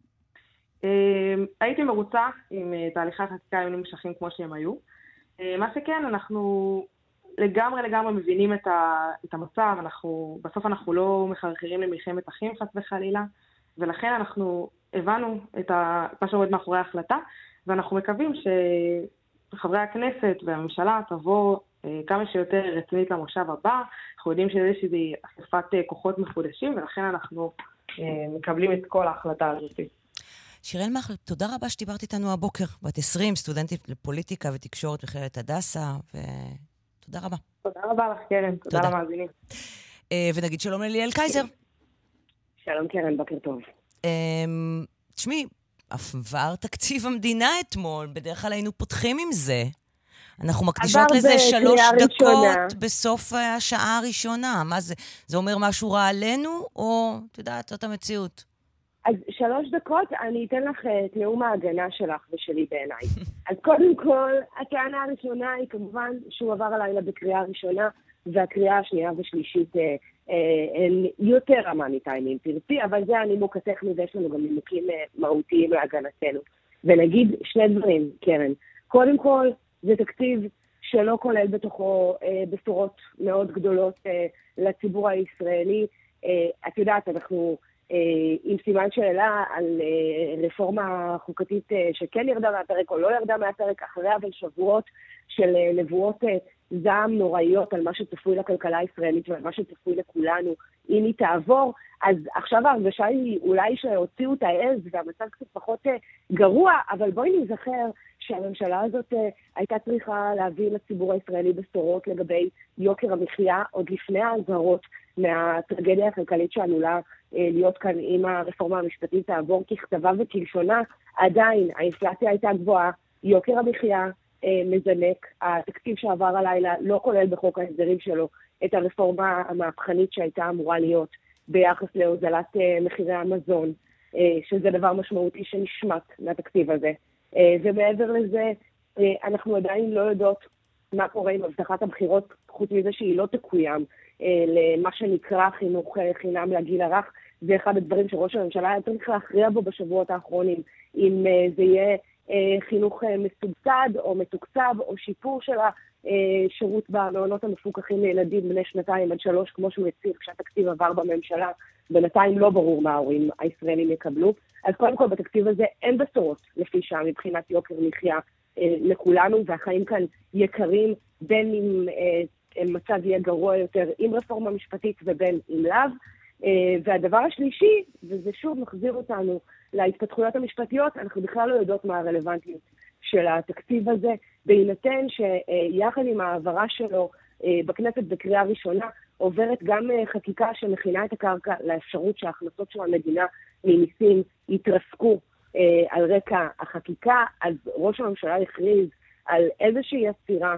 הייתי מרוצה עם תהליכי החקיקה היו נמשכים כמו שהם היו. מה שכן, אנחנו לגמרי מבינים את המצב, בסוף אנחנו לא מחרחרים למלחמת אחים חס וחלילה, ולכן אנחנו הבנו את מה שעומד מאחורי ההחלטה, ואנחנו מקווים שחברי הכנסת והממשלה תבוא כמה שיותר רצינית למושב הבא. אנחנו יודעים שיש איזו אספת כוחות מחודשים, ולכן אנחנו מקבלים את כל ההחלטה הזאת. שיראל מחל, תודה רבה שדיברת איתנו הבוקר, בת 20, סטודנטית לפוליטיקה ותקשורת מכללת הדסה, ותודה רבה. תודה רבה לך, קרן, תודה למאזינים. ונגיד שלום לליאל קייזר. שלום קרן, בוקר טוב. תשמעי, עבר תקציב המדינה אתמול, בדרך כלל היינו פותחים עם זה. אנחנו מקדישות לזה 3 דקות בסוף השעה הראשונה. מה זה? זה אומר משהו רע עלינו, או, את יודעת, זאת המציאות? אז 3 דקות, אני אתן לך את נאום ההגנה שלך ושלי בעיניי. אז קודם כל, הטענה הראשונה היא כמובן שהוא עבר הלילה בקריאה ראשונה, והקריאה השנייה ושלישית הן יותר רמה מטיימים פרטי, אבל זה הנימוק הטכני, ויש לנו גם נימוקים מהותיים להגנתנו. ונגיד 2 דברים, קרן. קודם כל, זה תקציב שלא כולל בתוכו בשורות מאוד גדולות לציבור הישראלי. את יודעת, אנחנו עם סימן שאלה על רפורמה חוקתית שכן ירדה מהפרק או לא ירדה מהפרק, אחריה אבל שבועות של נבואות זעם נוראיות על מה שצפוי לכלכלה הישראלית ועל מה שצפוי לכולנו אם היא תעבור. אז עכשיו ההרגשה היא אולי שהוציאו את העז והמצב קצת פחות גרוע, אבל בואי נזכר שהממשלה הזאת הייתה צריכה להביא לציבור הישראלי בשורות לגבי יוקר המחיה עוד לפני ההזהרות מהטרגדיה הכלכלית שעלולה להיות כאן אם הרפורמה המשפטית תעבור ככתבה וכלשונה. עדיין האינפלציה הייתה גבוהה, יוקר המחיה מזנק, התקציב שעבר הלילה לא כולל בחוק ההסדרים שלו את הרפורמה המהפכנית שהייתה אמורה להיות ביחס להוזלת מחירי המזון, שזה דבר משמעותי שנשמט מהתקציב הזה. ומעבר לזה, אנחנו עדיין לא יודעות מה קורה עם הבטחת הבחירות, חוץ מזה שהיא לא תקוים למה שנקרא חינוך חינם לגיל הרך. זה אחד הדברים שראש הממשלה היה צריך להכריע בו בשבועות האחרונים, אם זה יהיה חינוך מסובסד או מתוקצב או שיפור של השירות במעונות המפוקחים לילדים בני 2 עד 3, כמו שהוא הציר כשהתקציב עבר בממשלה. בינתיים לא ברור מה ההורים הישראלים יקבלו. אז קודם כל בתקציב הזה אין בשורות לפי שעה מבחינת יוקר מחיה לכולנו, והחיים כאן יקרים בין אם מצב יהיה גרוע יותר עם רפורמה משפטית ובין אם לאו. והדבר השלישי, וזה שוב מחזיר אותנו להתפתחויות המשפטיות, אנחנו בכלל לא יודעות מה הרלוונטיות של התקציב הזה, בהינתן שיחד עם העברה שלו בכנסת בקריאה ראשונה, עוברת גם חקיקה שמכינה את הקרקע לאפשרות שההכנסות של המדינה ממיסים יתרסקו על רקע החקיקה. אז ראש הממשלה הכריז על איזושהי עצירה.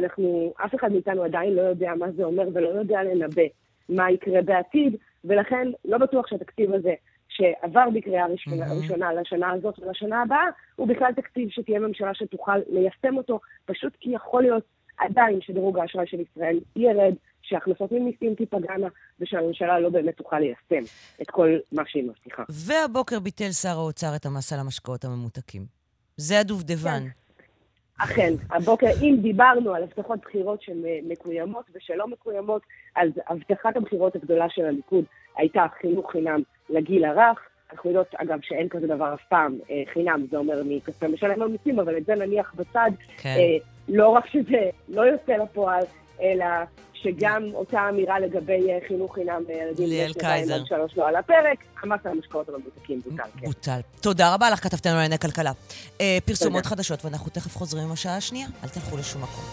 אף אחד מאיתנו עדיין לא יודע מה זה אומר ולא יודע לנבא מה יקרה בעתיד, ולכן לא בטוח שהתקציב הזה שעבר בקריאה ראשונה לשנה הזאת ולשנה הבאה, הוא בכלל תקציב שתהיה ממשלה שתוכל ליישם אותו, פשוט כי יכול להיות עדיין שדירוג האשראי של ישראל ירד, שהכנסות ממיסים תיפגענה, ושהממשלה לא באמת תוכל ליישם את כל מה שהיא מבטיחה. והבוקר ביטל שר האוצר את המס על המשקאות הממותקים. זה הדובדבן. כן. אכן, הבוקר, אם דיברנו על הבטחות בחירות שמקוימות ושלא מקוימות, אז הבטחת הבחירות הגדולה של הליכוד הייתה חינוך חינם לגיל הרך. אנחנו יודעות, אגב, שאין כזה דבר אף פעם חינם, זה אומר מכספי משלם המיסים, אבל את זה נניח בצד. כן. לא רק שזה לא יוצא לפועל, אלא שגם אותה אמירה לגבי חינוך חינם לילדים ליאל קייזר 3 לא על הפרק, המס על המשקאות הממותקים בוטל. בוטל. תודה רבה לך, כתבתנו לענייני כלכלה. פרסומות חדשות, ואנחנו תכף חוזרים עם השעה השנייה. אל תלכו לשום מקום.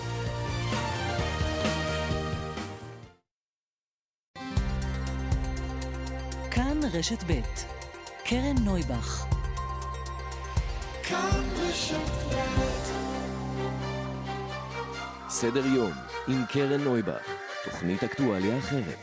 כאן רשת ב' קרן נויבך. כאן רשת ב'. סדר יום עם קרן נויבך, תוכנית אקטואליה אחרת.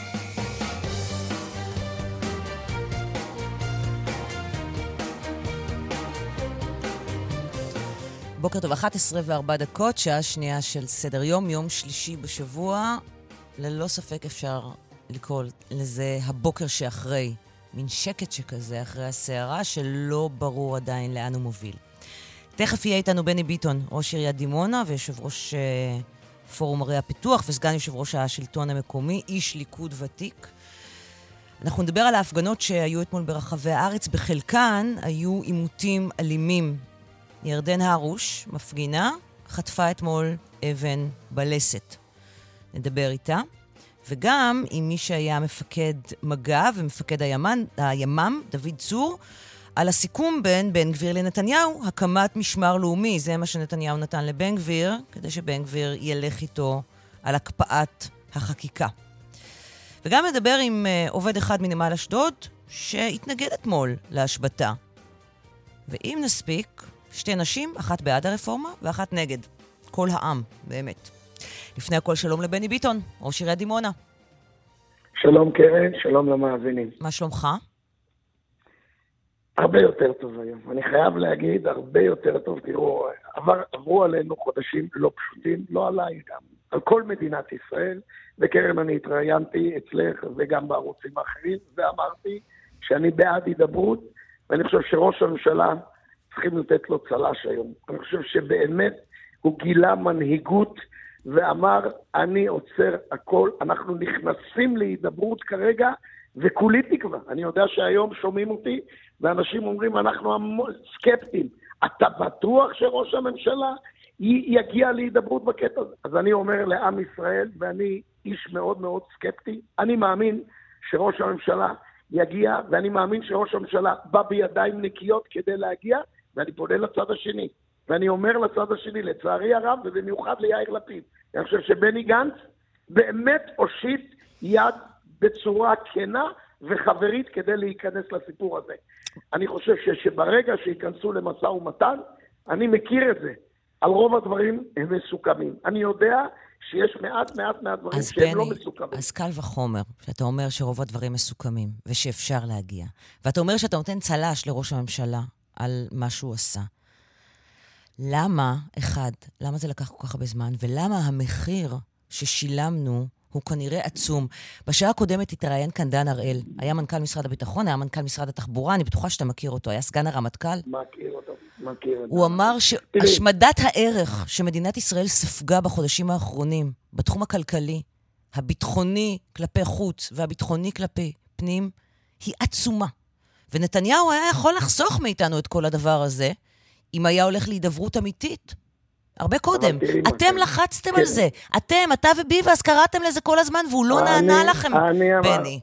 בוקר טוב, 11:04, שעה שנייה של סדר יום, יום שלישי בשבוע. ללא ספק אפשר לקרוא לזה הבוקר שאחרי, מין שקט שכזה אחרי הסערה שלא ברור עדיין לאן הוא מוביל. תכף יהיה איתנו בני ביטון, ראש עיריית דימונה ויושב ראש פורום ערי הפיתוח וסגן יושב ראש השלטון המקומי, איש ליכוד ותיק. אנחנו נדבר על ההפגנות שהיו אתמול ברחבי הארץ, בחלקן היו עימותים אלימים. ירדן הרוש, מפגינה, חטפה אתמול אבן בלסת. נדבר איתה. וגם עם מי שהיה מפקד מג"ב ומפקד הימ"מ, דוד צור, על הסיכום בין בן גביר לנתניהו, הקמת משמר לאומי. זה מה שנתניהו נתן לבן גביר, כדי שבן גביר ילך איתו על הקפאת החקיקה. וגם נדבר עם עובד אחד מנמל אשדוד, שהתנגד אתמול להשבתה. ואם נספיק, 2 נשים, אחת בעד הרפורמה ואחת נגד. כל העם, באמת. לפני הכל שלום לבני ביטון, ראש עיריית דימונה. שלום קרן, שלום למאזינים. מה שלומך? הרבה יותר טוב היום. אני חייב להגיד, הרבה יותר טוב. תראו, עברו עלינו חודשים לא פשוטים, לא עליי גם. על כל מדינת ישראל, וקרן אני התראיינתי אצלך וגם בערוצים האחרים, ואמרתי שאני בעד הידברות, ואני חושב שראש הממשלה צריכים לתת לו צלש היום. אני חושב שבאמת הוא גילה מנהיגות ואמר, אני עוצר הכל, אנחנו נכנסים להידברות כרגע, וכולי תקווה. אני יודע שהיום שומעים אותי, ואנשים אומרים, אנחנו סקפטים. אתה בטוח שראש הממשלה יגיע להידברות בקטע הזה? אז אני אומר לעם ישראל, ואני איש מאוד מאוד סקפטי, אני מאמין שראש הממשלה יגיע, ואני מאמין שראש הממשלה בא בידיים נקיות כדי להגיע, ואני פונה לצד השני. ואני אומר לצד השני, לצערי הרב, ובמיוחד ליאיר לפיד, אני חושב שבני גנץ באמת הושיט יד בצורה כנה וחברית כדי להיכנס לסיפור הזה. אני חושב שברגע שיכנסו למשא ומתן, אני מכיר את זה. על רוב הדברים הם מסוכמים. אני יודע שיש מעט דברים שהם לא מסוכמים. אז קל וחומר, שאתה אומר שרוב הדברים מסוכמים, ושאפשר להגיע. ואתה אומר שאתה נותן צלש לראש הממשלה על מה שהוא עשה. למה זה לקח כל כך הרבה זמן, ולמה המחיר ששילמנו הוא כנראה עצום. בשעה הקודמת התראיין כאן דן הראל. היה מנכ"ל משרד הביטחון, היה מנכ"ל משרד התחבורה, אני בטוחה שאתה מכיר אותו, היה סגן הרמטכ"ל. מכיר אותו. הוא אמר שהשמדת הערך שמדינת ישראל ספגה בחודשים האחרונים, בתחום הכלכלי, הביטחוני כלפי חוץ והביטחוני כלפי פנים, היא עצומה. ונתניהו היה יכול לחסוך מאיתנו את כל הדבר הזה, אם היה הולך להידברות אמיתית. הרבה קודם. אתם לחצתם על זה. אתה וביבס קראתם לזה כל הזמן, והוא לא נענה לכם, בני.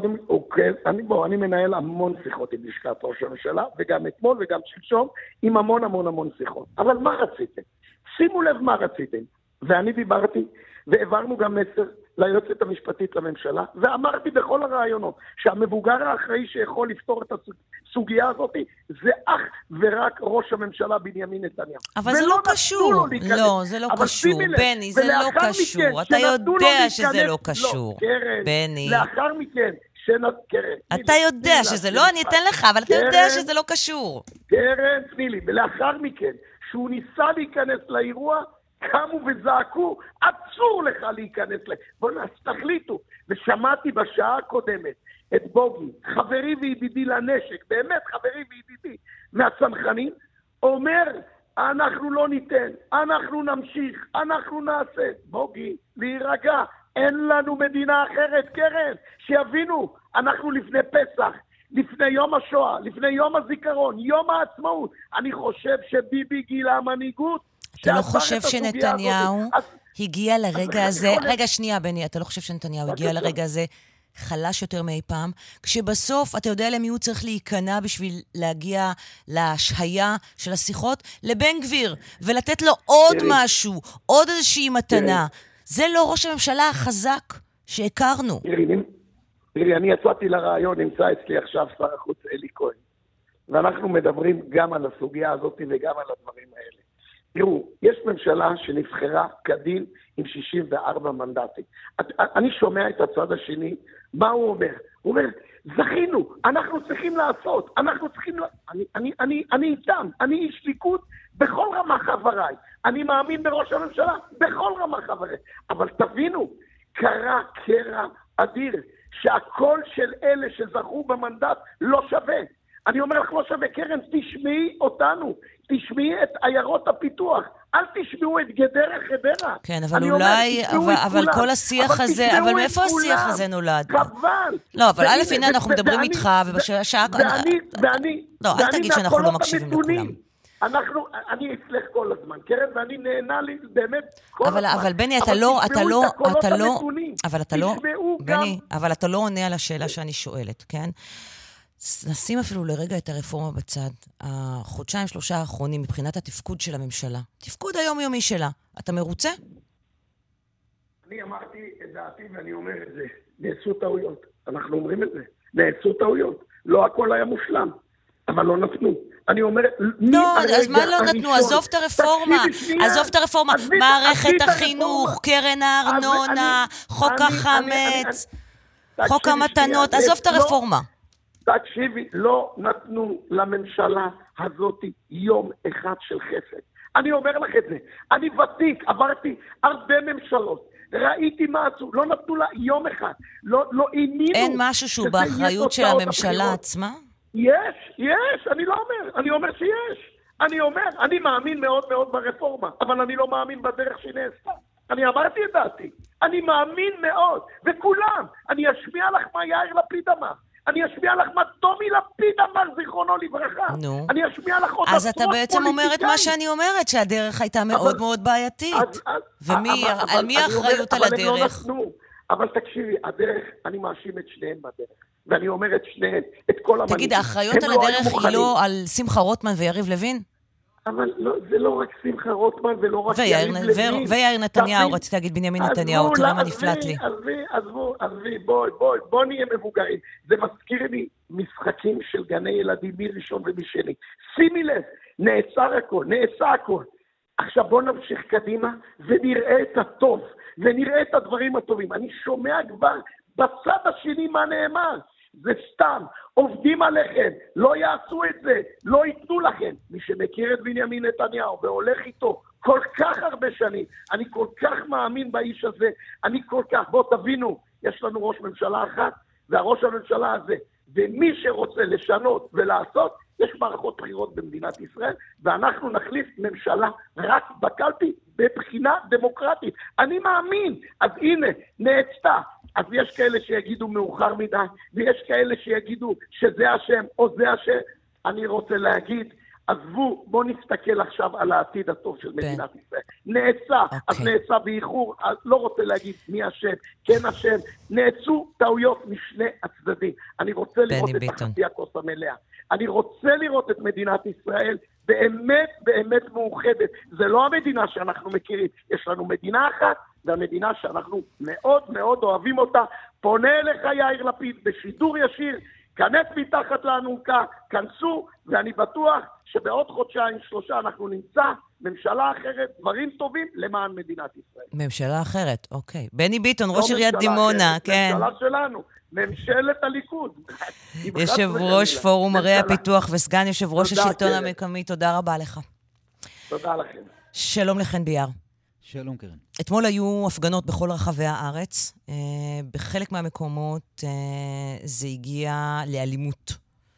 אני מנהל המון שיחות עם לשכת ראש הממשלה, וגם אתמול וגם שלשום, עם המון שיחות. אבל מה רציתם? שימו לב מה רציתם. ואני דיברתי, והעברנו גם מסר ליועצת המשפטית לממשלה, ואמרתי בכל הרעיונות, שהמבוגר האחראי שיכול לפתור את הסוגיה הזאת, זה אך ורק ראש הממשלה בנימין נתניהו. אבל זה לא קשור. לא, זה לא קשור. בני, זה לא קשור. אתה יודע שזה לא קשור. בני. לאחר מכן, אתה יודע שזה לא, אני אתן לך, אבל אתה יודע שזה לא קשור. קרן, תני לי. ולאחר מכן, שהוא ניסה להיכנס לאירוע, קמו וזעקו, אסור לך להיכנס בואו תחליטו. ושמעתי בשעה הקודמת את בוגי, חברי וידידי לנשק, באמת חברי וידידי מהצנחנים, אומר, אנחנו לא ניתן, אנחנו נמשיך, אנחנו נעשה. בוגי, להירגע, אין לנו מדינה אחרת, קרן, שיבינו, אנחנו לפני פסח, לפני יום השואה, לפני יום הזיכרון, יום העצמאות. אני חושב שביבי גילה מנהיגות, אתה לא חושב שנתניהו הגיע לרגע הזה, רגע שנייה בני, אתה לא חושב שנתניהו הגיע לרגע הזה חלש יותר מאי פעם, כשבסוף אתה יודע למי הוא צריך להיכנע בשביל להגיע להשהיה של השיחות? לבן גביר, ולתת לו עוד משהו, עוד איזושהי מתנה. זה לא ראש הממשלה החזק שהכרנו. תראי, אני יצאתי לרעיון, נמצא אצלי עכשיו שר החוץ אלי כהן, ואנחנו מדברים גם על הסוגיה הזאת וגם על הדברים האלה. תראו, יש ממשלה שנבחרה כדין עם 64 מנדטים. אני שומע את הצד השני, מה הוא אומר? הוא אומר, זכינו, אנחנו צריכים לעשות, אני איתם, אני איש ליכוד בכל רמה חבריי, אני מאמין בראש הממשלה בכל רמה חבריי, אבל תבינו, קרה קרע אדיר, שהקול של אלה שזכו במנדט לא שווה. אני אומר לך לא שווה, קרן, תשמעי אותנו, תשמעי את עיירות הפיתוח, אל תשמעו את גדרה חדרה. כן, אבל אולי, אבל כל השיח הזה, אבל מאיפה השיח הזה נולד? חבל. לא, אבל א' הנה אנחנו מדברים איתך, ובשעה... לא, אל תגיד שאנחנו לא מקשיבים לכולם. אני אצלך כל הזמן, קרן, ואני נהנה לי באמת כל הזמן. אבל בני, אבל אתה לא עונה על השאלה שאני שואלת, כן? נשים אפילו לרגע את הרפורמה בצד. החודשיים, 3 האחרונים, מבחינת התפקוד של הממשלה. תפקוד היומיומי שלה. אתה מרוצה? אני אמרתי את דעתי ואני אומר את זה. נעשו טעויות. אנחנו אומרים את זה. נעשו טעויות. לא הכל היה מושלם. אבל לא נתנו. אני אומר... לא, אז מה לא נתנו? עזוב את הרפורמה. עזוב את הרפורמה. מערכת החינוך, קרן הארנונה, חוק החמץ, חוק המתנות. עזוב את הרפורמה. תקשיבי, לא נתנו לממשלה הזאת יום אחד של חסד. אני אומר לך את זה. אני ותיק, עברתי הרבה ממשלות. ראיתי מה עשו, לא נתנו לה יום אחד. לא האמינו. אין משהו שהוא באחריות של הממשלה עצמה? יש, אני לא אומר. אני אומר שיש. אני אומר, אני מאמין מאוד מאוד ברפורמה, אבל אני לא מאמין בדרך שהיא נעשתה. אני אמרתי את דעתי. אני מאמין מאוד, וכולם. אני אשמיע לך מה יאיר לפיד אמר. אני אשמיע לך מה טומי לפיד אמר, זיכרונו לברכה. נו. אני אשמיע לך עוד אז אתה בעצם אומר את מה שאני אומרת, שהדרך הייתה מאוד מאוד בעייתית. על מי האחריות על הדרך? אבל תקשיבי, הדרך, אני מאשים את שניהם בדרך. ואני אומר את שניהם, את כל המנהיגים. תגיד, האחריות על הדרך היא לא על שמחה רוטמן ויריב לוין? אבל לא, זה לא רק שמחה רוטמן ולא רק יריב לוין. ויאיר נתניהו, רציתי להגיד בנימין נתניהו, תראה מה נפלט לי. עזבי, בוא נהיה מבוגרים. זה מזכיר לי משחקים של גני ילדים מראשון ומשני. שימי לב, נעשה הכל. עכשיו בוא נמשיך קדימה ונראה את הטוב, ונראה את הדברים הטובים. אני שומע כבר בצד השני מה נאמר. זה סתם, עובדים עליכם, לא יעשו את זה, לא ייתנו לכם. מי שמכיר את בנימין נתניהו והולך איתו כל כך הרבה שנים, אני כל כך מאמין באיש הזה, בוא תבינו, יש לנו ראש ממשלה אחת, והראש הממשלה הזה, ומי שרוצה לשנות ולעשות, יש מערכות בחירות במדינת ישראל, ואנחנו נחליף ממשלה רק בקלפי, בבחינה דמוקרטית. אני מאמין, אז הנה, נעצתה. אז יש כאלה שיגידו מאוחר מדי, ויש כאלה שיגידו שזה השם או זה השם. אני רוצה להגיד, עזבו, בוא נסתכל עכשיו על העתיד הטוב של מדינת ישראל. נעצה, אז נעצה באיחור, לא רוצה להגיד מי השם, כן השם, נעצו טעויות משני הצדדים. אני רוצה לראות את החצי הכוס המלאה. אני רוצה לראות את מדינת ישראל באמת באמת מאוחדת. זה לא המדינה שאנחנו מכירים, יש לנו מדינה אחת, והמדינה שאנחנו מאוד מאוד אוהבים אותה. פונה אליך יאיר לפיד בשידור ישיר, כנס מתחת לאלונקה, כנסו, ואני בטוח שבעוד חודשיים, 3 אנחנו נמצא ממשלה אחרת, דברים טובים למען מדינת ישראל. ממשלה אחרת, אוקיי. בני ביטון, ראש עיריית דימונה, כן. ממשלה שלנו, ממשלת הליכוד. יושב ראש פורום ערי הפיתוח וסגן יושב ראש השלטון המקומי, תודה רבה לך. תודה לכם. שלום לכן ביאר. שלום קרן. אתמול היו הפגנות בכל רחבי הארץ. בחלק מהמקומות זה הגיע לאלימות.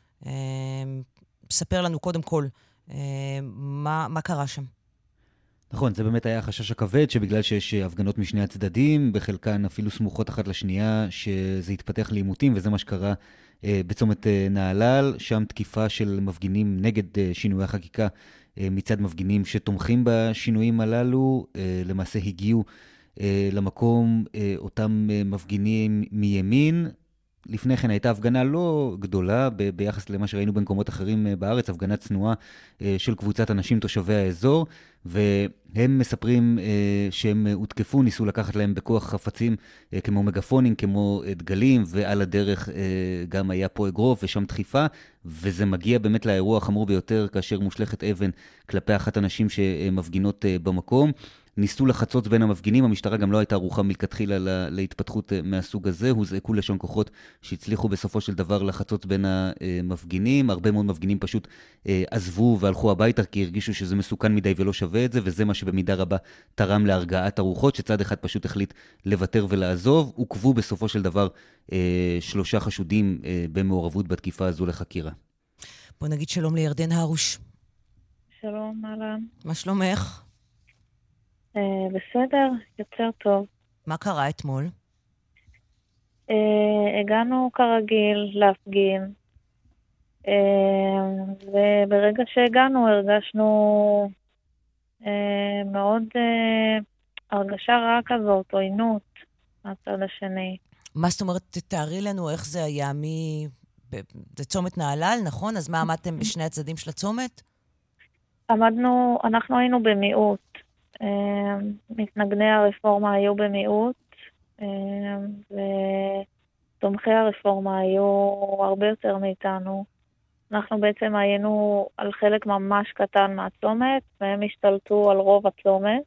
ספר לנו קודם כל מה קרה שם. נכון, זה באמת היה החשש הכבד, שבגלל שיש הפגנות משני הצדדים, בחלקן אפילו סמוכות אחת לשנייה, שזה יתפתח לעימותים, וזה מה שקרה בצומת נהלל, שם תקיפה של מפגינים נגד שינוי החקיקה, מצד מפגינים שתומכים בשינויים הללו. למעשה הגיעו למקום אותם מפגינים מימין. לפני כן הייתה הפגנה לא גדולה ביחס למה שראינו במקומות אחרים בארץ, הפגנה צנועה של קבוצת אנשים תושבי האזור, והם מספרים שהם הותקפו, ניסו לקחת להם בכוח חפצים כמו מגפונים, כמו דגלים, ועל הדרך גם היה פה אגרוף ושם דחיפה, וזה מגיע באמת לאירוע החמור ביותר כאשר מושלכת אבן כלפי אחת הנשים שמפגינות במקום. ניסו לחצות בין המפגינים, המשטרה גם לא הייתה ערוכה מלכתחילה להתפתחות מהסוג הזה, הוזעקו לשם כוחות שהצליחו בסופו של דבר לחצות בין המפגינים, הרבה מאוד מפגינים פשוט עזבו והלכו הביתה כי הרגישו שזה מסוכן מדי ולא שווה את זה, וזה מה שבמידה רבה תרם להרגעת הרוחות, שצד אחד פשוט החליט לוותר ולעזוב. עוכבו בסופו של דבר 3 חשודים במעורבות בתקיפה הזו לחקירה. בוא נגיד שלום לירדן הרוש. שלום, אהלן. מה שלומך? בסדר, יותר טוב. מה קרה אתמול? הגענו כרגיל להפגין, וברגע שהגענו הרגשנו מאוד הרגשה רעה כזאת, עוינות מהצד השני. מה זאת אומרת, תתארי לנו איך זה היה זה צומת נהלל, נכון? אז מה, עמדתם בשני הצדדים של הצומת? אנחנו היינו במיעוט. מתנגני הרפורמה היו במיעוט, ותומכי הרפורמה היו הרבה יותר מאיתנו. אנחנו בעצם היינו על חלק ממש קטן מהצומת, והם השתלטו על רוב הצומת.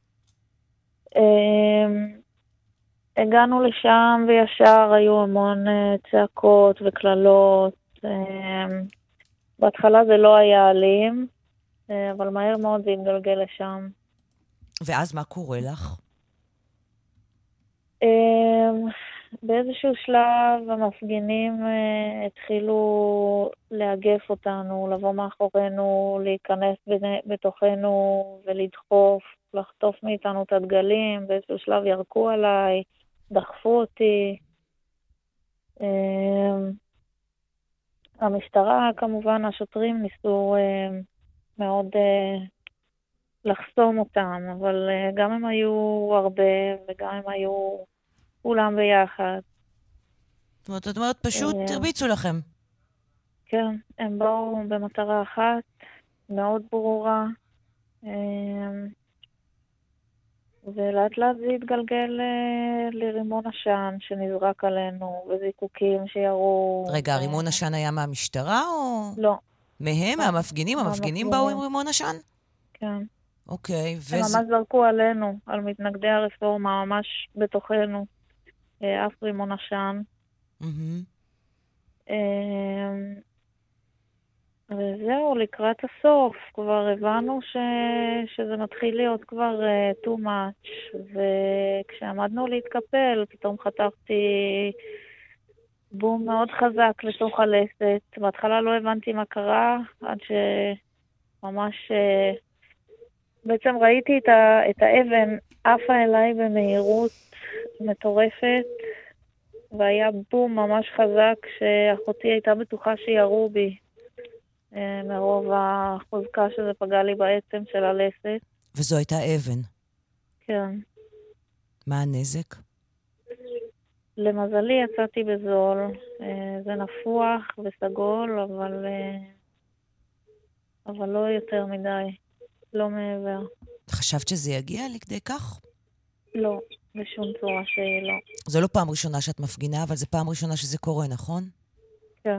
הגענו לשם וישר היו המון צעקות וכללות. בהתחלה זה לא היה אלים, אבל מהר מאוד זה התגלגל לשם. ואז מה קורה לך? באיזשהו שלב המפגינים התחילו לאגף אותנו, לבוא מאחורינו, להיכנס בתוכנו ולדחוף, לחטוף מאיתנו את הדגלים, באיזשהו שלב ירקו עליי, דחפו אותי. המשטרה, כמובן, השוטרים ניסו מאוד לחסום אותם, אבל גם הם היו הרבה וגם הם היו כולם ביחד. זאת אומרת, פשוט הרביצו לכם. כן, הם באו במטרה אחת, מאוד ברורה, ולאט לאט זה התגלגל לרימון עשן שנזרק עלינו, וזיקוקים שירו. רגע, רימון עשן היה מהמשטרה או? לא. מהם, מהמפגינים? המפגינים באו עם רימון עשן? כן. אוקיי, הם ממש זרקו עלינו, על מתנגדי הרפורמה, ממש בתוכנו. אף רימון עשן. וזהו, לקראת הסוף, כבר הבנו שזה מתחיל להיות כבר too much, וכשעמדנו להתקפל, פתאום חטפתי בום מאוד חזק לתוך הלסת. בהתחלה לא הבנתי מה קרה, עד שממש בעצם ראיתי את האבן עפה אליי במהירות מטורפת, והיה בום ממש חזק שאחותי הייתה בטוחה שירו בי. מרוב החוזקה שזה פגע לי בעצם של הלסת. וזו הייתה אבן. כן. מה הנזק? למזלי יצאתי בזול. זה נפוח וסגול, אבל לא יותר מדי. לא מעבר. חשבת שזה יגיע לכדי כך? לא, בשום צורה שלא. זו לא פעם ראשונה שאת מפגינה, אבל זו פעם ראשונה שזה קורה, נכון? כן.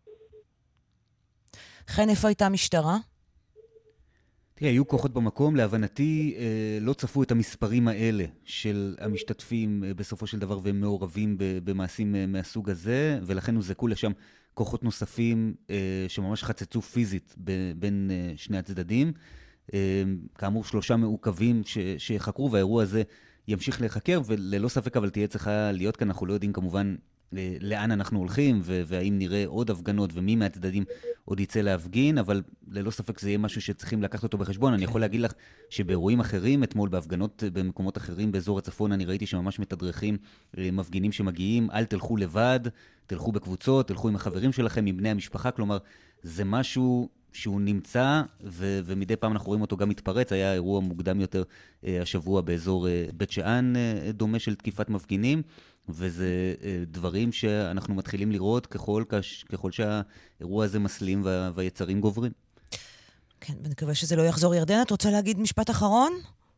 חן, איפה הייתה המשטרה? תראה, היו כוחות במקום, להבנתי לא צפו את המספרים האלה של המשתתפים בסופו של דבר והם מעורבים במעשים מהסוג הזה, ולכן הוזעקו לשם כוחות נוספים שממש חצצו פיזית בין שני הצדדים. כאמור 3 מעוכבים שחקרו, והאירוע הזה ימשיך להיחקר, וללא ספק אבל תהיה צריכה להיות כאן, אנחנו לא יודעים כמובן לאן אנחנו הולכים, והאם נראה עוד הפגנות, ומי מהצדדים עוד יצא להפגין, אבל ללא ספק זה יהיה משהו שצריכים לקחת אותו בחשבון. אני יכול להגיד לך שבאירועים אחרים, אתמול בהפגנות במקומות אחרים באזור הצפון, אני ראיתי שממש מתדרכים מפגינים שמגיעים, אל תלכו לבד, תלכו בקבוצות, תלכו עם החברים שלכם, עם בני המשפחה, כלומר, זה משהו שהוא נמצא, ומדי פעם אנחנו רואים אותו גם מתפרץ. היה אירוע מוקדם יותר השבוע באזור בית שאן דומה של תקיפת מפגינים, וזה דברים שאנחנו מתחילים לראות ככל שהאירוע הזה מסלים והיצרים גוברים. כן, ונקווה שזה לא יחזור. ירדן, את רוצה להגיד משפט אחרון?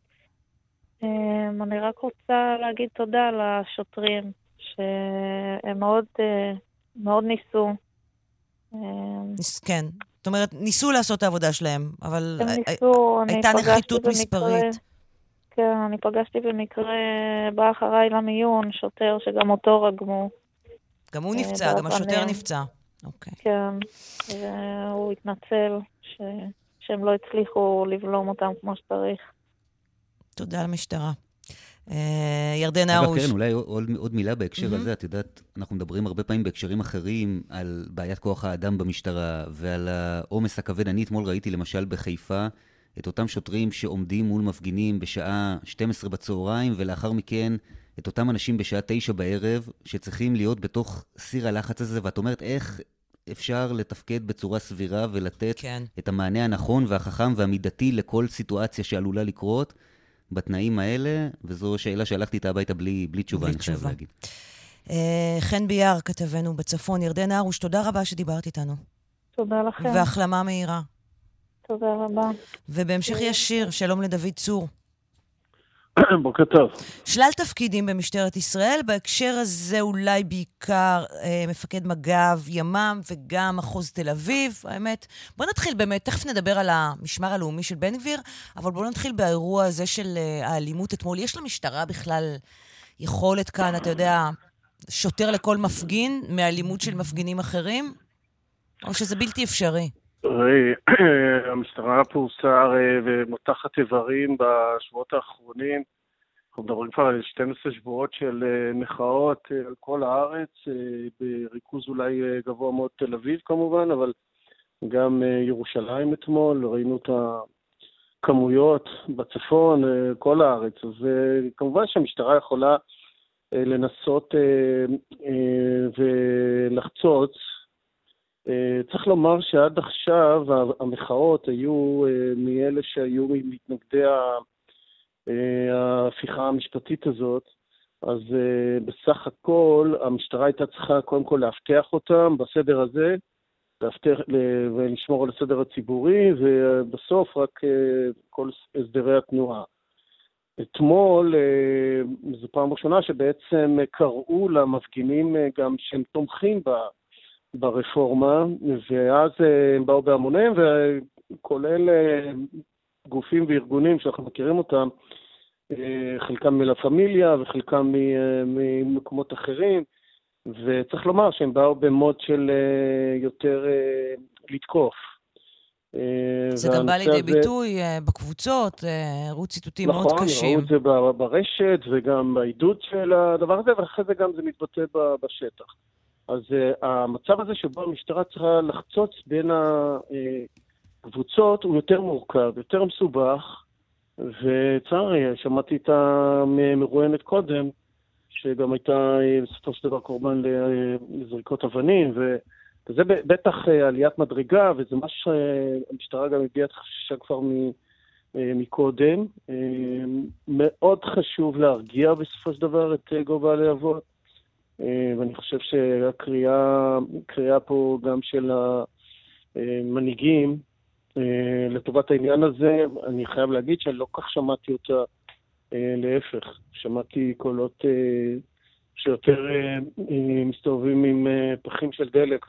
אני רק רוצה להגיד תודה לשוטרים, שהם מאוד ניסו. כן, זאת אומרת, ניסו לעשות את העבודה שלהם, אבל הייתה נחיתות מספרית. כן, אני פגשתי במקרה, בא אחריי למיון, שוטר שגם אותו רגמו. גם הוא נפצע, גם השוטר נפצע. אוקיי. כן, והוא התנצל שהם לא הצליחו לבלום אותם כמו שצריך. תודה למשטרה. ירדן ארוש. אגב, קרן, אולי עוד מילה בהקשר הזה. את יודעת, אנחנו מדברים הרבה פעמים בהקשרים אחרים על בעיית כוח האדם במשטרה ועל העומס הכבד. אני אתמול ראיתי למשל בחיפה את אותם שוטרים שעומדים מול מפגינים בשעה 12 בצהריים, ולאחר מכן את אותם אנשים בשעה 9 בערב, שצריכים להיות בתוך סיר הלחץ הזה, ואת אומרת איך אפשר לתפקד בצורה סבירה ולתת את המענה הנכון והחכם והמידתי לכל סיטואציה שעלולה לקרות בתנאים האלה, וזו שאלה שהלכתי איתה הביתה בלי תשובה, אני חייב להגיד. חן ביאר, כתבנו בצפון. ירדן ארוש, תודה רבה שדיברת איתנו. תודה לכם. והחלמה מהירה. תודה רבה. ובהמשך ישיר, שלום לדוד צור. בוקר טוב. שלל תפקידים במשטרת ישראל, בהקשר הזה אולי בעיקר מפקד מג"ב ימ"מ וגם מחוז תל אביב. האמת, בוא נתחיל באמת, תכף נדבר על המשמר הלאומי של בן גביר, אבל בוא נתחיל באירוע הזה של האלימות אתמול. יש למשטרה בכלל יכולת כאן, אתה יודע, שוטר לכל מפגין מאלימות של מפגינים אחרים? או שזה בלתי אפשרי? המשטרה פורסה ומותחת איברים בשבועות האחרונים, אנחנו מדברים כבר על 12 שבועות של מחאות על כל הארץ, בריכוז אולי גבוה מאוד תל אביב כמובן, אבל גם ירושלים אתמול, ראינו את הכמויות בצפון, כל הארץ. אז כמובן שהמשטרה יכולה לנסות ולחצוץ. צריך לומר שעד עכשיו המחאות היו מאלה שהיו מתנגדי ההפיכה המשפטית הזאת, אז בסך הכל המשטרה הייתה צריכה קודם כל להבטח אותם בסדר הזה, ולשמור על הסדר הציבורי, ובסוף רק כל הסדרי התנועה. אתמול, זו פעם ראשונה שבעצם קראו למפגינים גם שהם תומכים ברפורמה, ואז הם באו בהמוניהם, וכולל גופים וארגונים שאנחנו מכירים אותם, חלקם מלה פמיליה וחלקם ממקומות אחרים, וצריך לומר שהם באו במוד של יותר לתקוף. זה גם בא לידי ביטוי בקבוצות, ראו ציטוטים מאוד קשים. נכון, ראו את זה ברשת וגם בעידוד של הדבר הזה, ואחרי זה גם זה מתבטא בשטח. אז המצב הזה שבו המשטרה צריכה לחצוץ בין הקבוצות הוא יותר מורכב, יותר מסובך, וצערי, שמעתי את המרואיינת קודם, שגם הייתה בסופו של דבר קורבן לזריקות אבנים, וזה בטח עליית מדרגה, וזה מה שהמשטרה גם הביאה את חששה כבר מקודם. מאוד חשוב להרגיע בסופו של דבר את גובה הלהבות, ואני חושב שהקריאה פה גם של המנהיגים לטובת העניין הזה, אני חייב להגיד שאני לא כך שמעתי אותה, להפך, שמעתי קולות שיותר מסתובבים עם פחים של דלק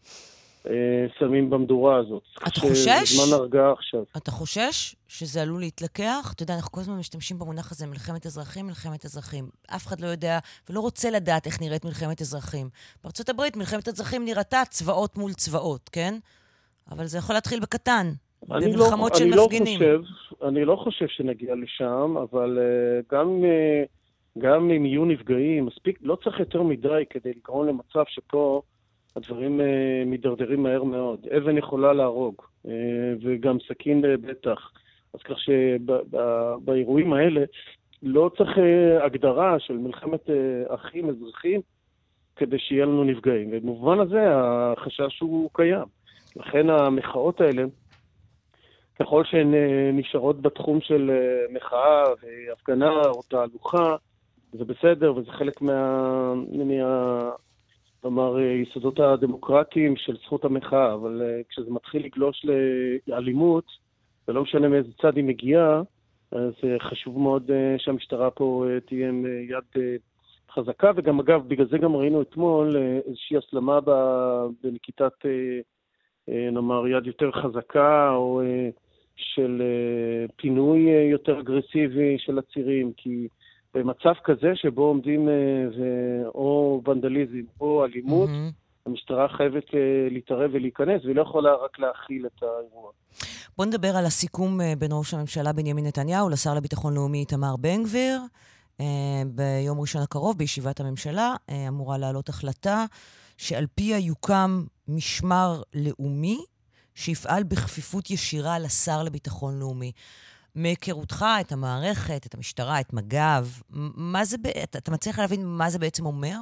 ושמים במדורה הזאת. אתה חושש? זמן הרגעה עכשיו. אתה חושש שזה עלול להתלקח? אתה יודע, אנחנו כל הזמן משתמשים במונח הזה, מלחמת אזרחים, מלחמת אזרחים. אף אחד לא יודע ולא רוצה לדעת איך נראית מלחמת אזרחים. בארצות הברית מלחמת אזרחים נראתה צבאות מול צבאות, כן? אבל זה יכול להתחיל בקטן, במלחמות של מפגינים. אני לא חושב שנגיע לשם, אבל גם אם יהיו נפגעים, מספיק, לא צריך יותר מדי כדי לגרום למצב שפה הדברים מדרדרים מהר מאוד. אבן יכולה להרוג, וגם סכין בטח. אז כך שבאירועים האלה לא צריך הגדרה של מלחמת אחים אזרחים כדי שיהיה לנו נפגעים. ובמובן הזה החשש הוא קיים. לכן המחאות האלה, ככל שהן נשארות בתחום של מחאה והפגנה או תהלוכה, זה בסדר, וזה חלק כלומר, יסודות הדמוקרטיים של זכות המחאה, אבל כשזה מתחיל לגלוש לאלימות, ולא משנה מאיזה צד היא מגיעה, אז חשוב מאוד שהמשטרה פה תהיה עם יד חזקה, וגם אגב, בגלל זה גם ראינו אתמול איזושהי הסלמה בנקיטת, נאמר, יד יותר חזקה, או של פינוי יותר אגרסיבי של הצירים, כי במצב כזה שבו עומדים או ונדליזם או אלימות, המשטרה חייבת להתערב ולהיכנס, והיא לא יכולה רק להכיל את האירוע. בוא נדבר על הסיכום בין ראש הממשלה בנימין נתניהו לשר לביטחון לאומי איתמר בן גביר. ביום ראשון הקרוב בישיבת הממשלה אמורה לעלות החלטה שעל פיה יוקם משמר לאומי שיפעל בכפיפות ישירה לשר לביטחון לאומי. מהיכרותך את המערכת, את המשטרה, את מג"ב, אתה מצליח להבין מה זה בעצם אומר?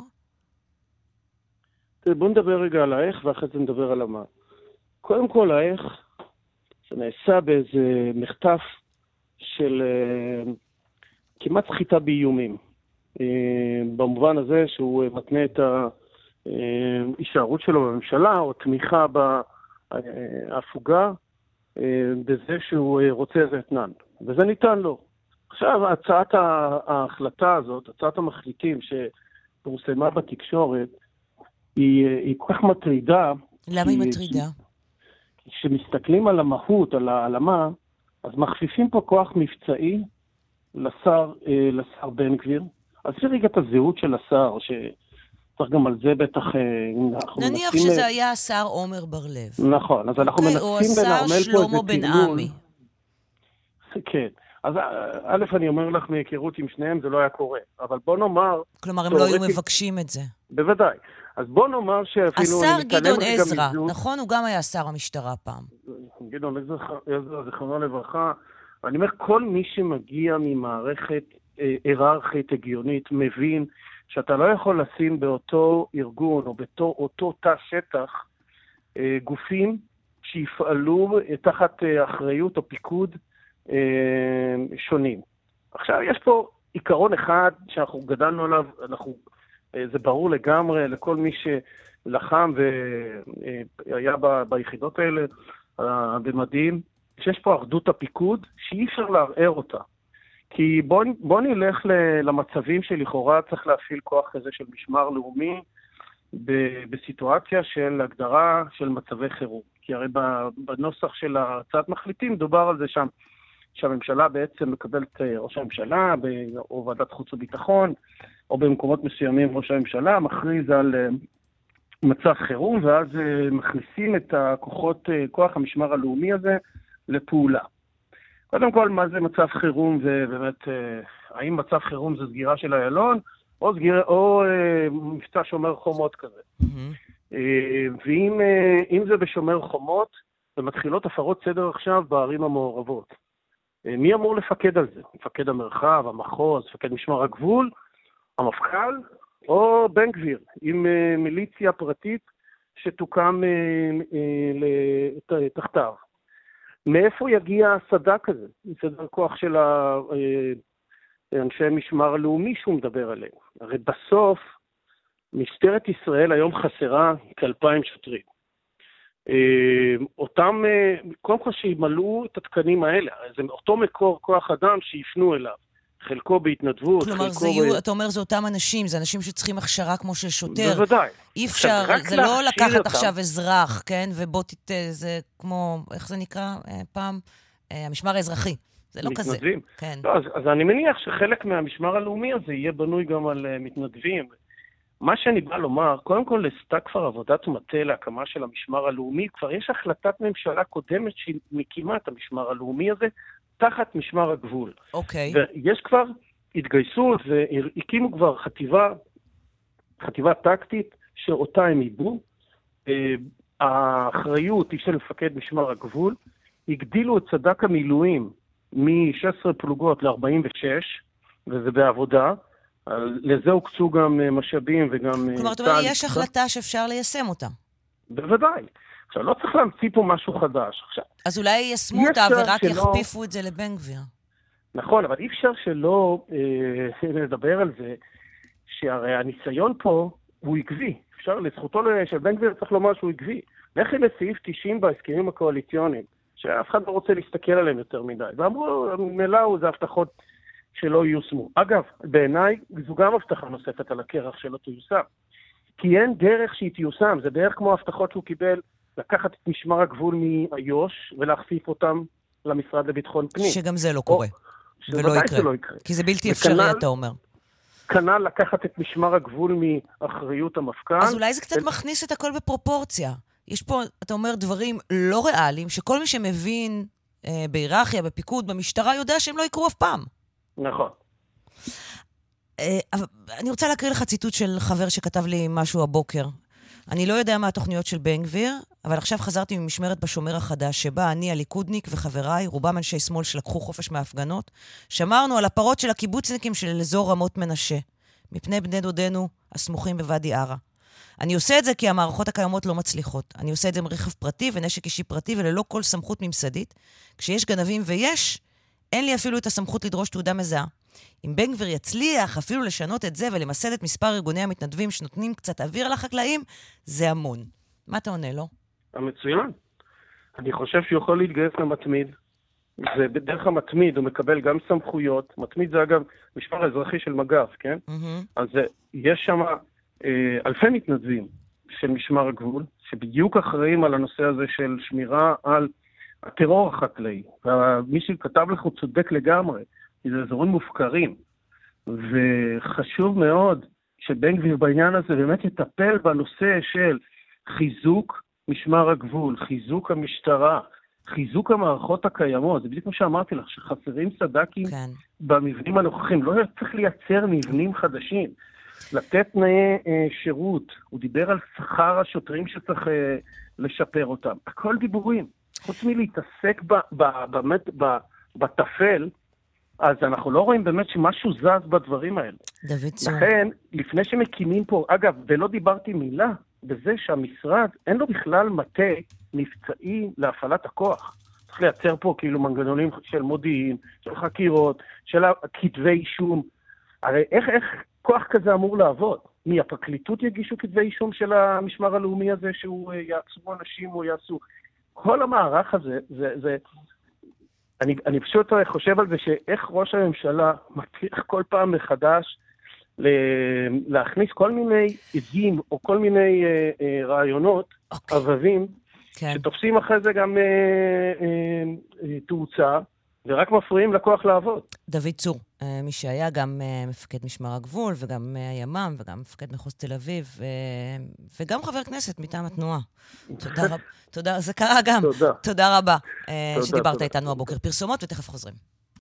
בוא נדבר רגע על האיך ואחרי זה נדבר על המה. קודם כל האיך, זה נעשה באיזה מחטף של כמעט סחיטה באיומים. במובן הזה שהוא מתנה את ההישארות שלו בממשלה או תמיכה בהפוגה, בזה שהוא רוצה איזה אתנן, וזה ניתן לו. עכשיו, הצעת ההחלטה הזאת, הצעת המחליטים שפורסמה בתקשורת, היא כל כך מטרידה. למה היא מטרידה? כשמסתכלים על המהות, על העלמה, אז מכפיפים פה כוח מבצעי לשר בן גביר. אז זה רגע את הזהות של השר, צריך גם על זה בטח... נניח שזה היה השר עומר בר-לב. נכון, אז אנחנו מנסים לנרמל פה איזה טרלול. או השר שלמה בן עמי. כן, אז א', אני אומר לך מהיכרות עם שניהם, זה לא היה קורה. אבל בוא נאמר... כלומר, הם לא היו מבקשים את זה. בוודאי. אז בוא נאמר שאפילו... השר גדעון עזרא, נכון? הוא גם היה שר המשטרה פעם. גדעון עזרא, זכרונו לברכה. אני אומר, כל מי שמגיע ממערכת היררכית הגיונית מבין שאתה לא יכול לשים באותו ארגון או באותו תא שטח גופים שיפעלו תחת אחריות או פיקוד שונים. עכשיו, יש פה עיקרון אחד שאנחנו גדלנו עליו, זה ברור לגמרי לכל מי שלחם והיה ביחידות האלה, במדים, שיש פה אחדות הפיקוד שאי אפשר לערער אותה. כי בוא נלך למצבים שלכאורה צריך להפעיל כוח כזה של משמר לאומי בסיטואציה של הגדרה של מצבי חירום. כי הרי בנוסח של הצעת מחליטים דובר על זה שם, שהממשלה בעצם מקבלת ראש הממשלה או ועדת חוץ וביטחון, או במקומות מסוימים ראש הממשלה מכריז על מצב חירום, ואז מכניסים את כוח המשמר הלאומי הזה לפעולה. קודם כל, מה זה מצב חירום, ובאמת, האם מצב חירום זה סגירה של איילון, או מבצע שומר חומות כזה. ואם זה בשומר חומות, ומתחילות הפרות סדר עכשיו בערים המעורבות. מי אמור לפקד על זה? מפקד המרחב, המחוז, מפקד משמר הגבול, המפכ"ל, או בן גביר, עם מיליציה פרטית שתוקם תחתיו. מאיפה יגיע הסד"כ הזה? סדר כוח של אנשי משמר הלאומי שהוא מדבר עליהם. הרי בסוף, משטרת ישראל היום חסרה כ2,000 שוטרים. אותם, קודם כל שימלאו את התקנים האלה, זה אותו מקור כוח אדם שיפנו אליו. חלקו בהתנדבות, כלומר, אתה אומר, זה אותם אנשים, זה אנשים שצריכים הכשרה כמו של שוטר. בוודאי. אי אפשר, זה לא לקחת עכשיו אזרח, כן? ובוא זה כמו, איך זה נקרא פעם? המשמר האזרחי. זה לא כזה. מתנדבים. כן. לא, אז אני מניח שחלק מהמשמר הלאומי הזה יהיה בנוי גם על מתנדבים. מה שאני בא לומר, קודם כל עשתה כבר עבודת מטה להקמה של המשמר הלאומי, כבר יש החלטת ממשלה קודמת שמקימה את המשמר הלאומי הזה, תחת משמר הגבול. אוקיי. ויש כבר התגייסות, והקימו כבר חטיבה טקטית שאותה הם ייבאו. האחריות היא של מפקד משמר הגבול. הגדילו את סד"כ המילואים מ-16 פלוגות ל-46, וזה בעבודה. לזה הוקצו גם משאבים וגם... כלומר, אתה אומר, יש החלטה שאפשר ליישם אותה. בוודאי. עכשיו, לא צריך להמציא פה משהו חדש. עכשיו, אז אולי יישמו אותה ורק יכפיפו את זה לבן גביר. נכון, אבל אי אפשר שלא לדבר על זה, שהרי הניסיון פה הוא עקבי. אפשר, לזכותו של בן גביר צריך לומר שהוא עקבי. לכי לסעיף 90 בהסכמים הקואליציוניים, שאף אחד לא רוצה להסתכל עליהם יותר מדי. ואמרו, מלאו זה הבטחות שלא יושמו. אגב, בעיניי, זו גם הבטחה נוספת על הקרח שלא תיושם. כי אין דרך שהיא תיושם, זה דרך כמו הבטחות שהוא קיבל לקחת את משמר הגבול מאיו"ש ולהכפיף אותם למשרד לביטחון פנים. שגם זה לא קורה. ולא יקרה. כי זה בלתי אפשרי, אתה אומר. כנ"ל לקחת את משמר הגבול מאחריות המפכ"ל. אז אולי זה קצת מכניס את הכל בפרופורציה. יש פה, אתה אומר, דברים לא ריאליים, שכל מי שמבין בהיררכיה, בפיקוד, במשטרה, יודע שהם לא יקרו אף פעם. נכון. אני רוצה להקריא לך ציטוט של חבר שכתב לי משהו הבוקר. אני לא יודע מה התוכניות של בן גביר, אבל עכשיו חזרתי ממשמרת בשומר החדש, שבה אני, הליכודניק וחבריי, רובם אנשי שמאל שלקחו חופש מההפגנות, שמרנו על הפרות של הקיבוצניקים של אזור רמות מנשה, מפני בני דודנו הסמוכים בוואדי ערה. אני עושה את זה כי המערכות הקיימות לא מצליחות. אני עושה את זה עם רכב פרטי ונשק אישי פרטי וללא כל סמכות ממסדית. כשיש גנבים ויש, אין לי אפילו את הסמכות לדרוש תעודה מזהה. אם בן גביר יצליח אפילו לשנות את זה ולמסד את מספר ארגוני המתנדבים שנותנים קצת אוויר לחקלאים, זה המון. מה אתה עונה לו? המצוין. אני חושב שהוא יכול להתגייס למתמיד. ובדרך המתמיד הוא מקבל גם סמכויות. מתמיד זה אגב משמר האזרחי של מג"ב, כן? אז יש שם אלפי מתנדבים של משמר הגבול, שבדיוק אחראים על הנושא הזה של שמירה על הטרור החקלאי. ומי שכתב לך הוא צודק לגמרי. זה אזורים מופקרים, וחשוב מאוד שבן גביר בעניין הזה באמת יטפל בנושא של חיזוק משמר הגבול, חיזוק המשטרה, חיזוק המערכות הקיימות, זה בדיוק כמו שאמרתי לך, שחסרים סד"כים במבנים הנוכחים, לא צריך לייצר מבנים חדשים, לתת תנאי שירות, הוא דיבר על שכר השוטרים שצריך לשפר אותם, הכל דיבורים, חוץ מלהתעסק באמת בטפל, אז אנחנו לא רואים באמת שמשהו זז בדברים האלה. דוד צור. לכן, לפני שמקימים פה, אגב, ולא דיברתי מילה, בזה שהמשרד אין לו בכלל מטה מבצעי להפעלת הכוח. צריך לייצר פה כאילו מנגנונים של מודיעין, של חקירות, של כתבי אישום. הרי איך כוח כזה אמור לעבוד? הפרקליטות יגישו כתבי אישום של המשמר הלאומי הזה שהוא יעצרו אנשים או יעשו. כל המערך הזה, אני פשוט חושב על זה שאיך ראש הממשלה מצליח כל פעם מחדש להכניס כל מיני עדים או כל מיני רעיונות עבבים, שתופסים אחרי זה גם תאוצה, ורק מפריעים לכוח לעבוד. דוד צור, מי שהיה גם מפקד משמר הגבול, וגם הימ"מ, וגם מפקד מחוז תל אביב, וגם חבר כנסת מטעם התנועה. תודה, זה קרה גם. תודה רבה שדיברת איתנו הבוקר. פרסומות ותכף חוזרים.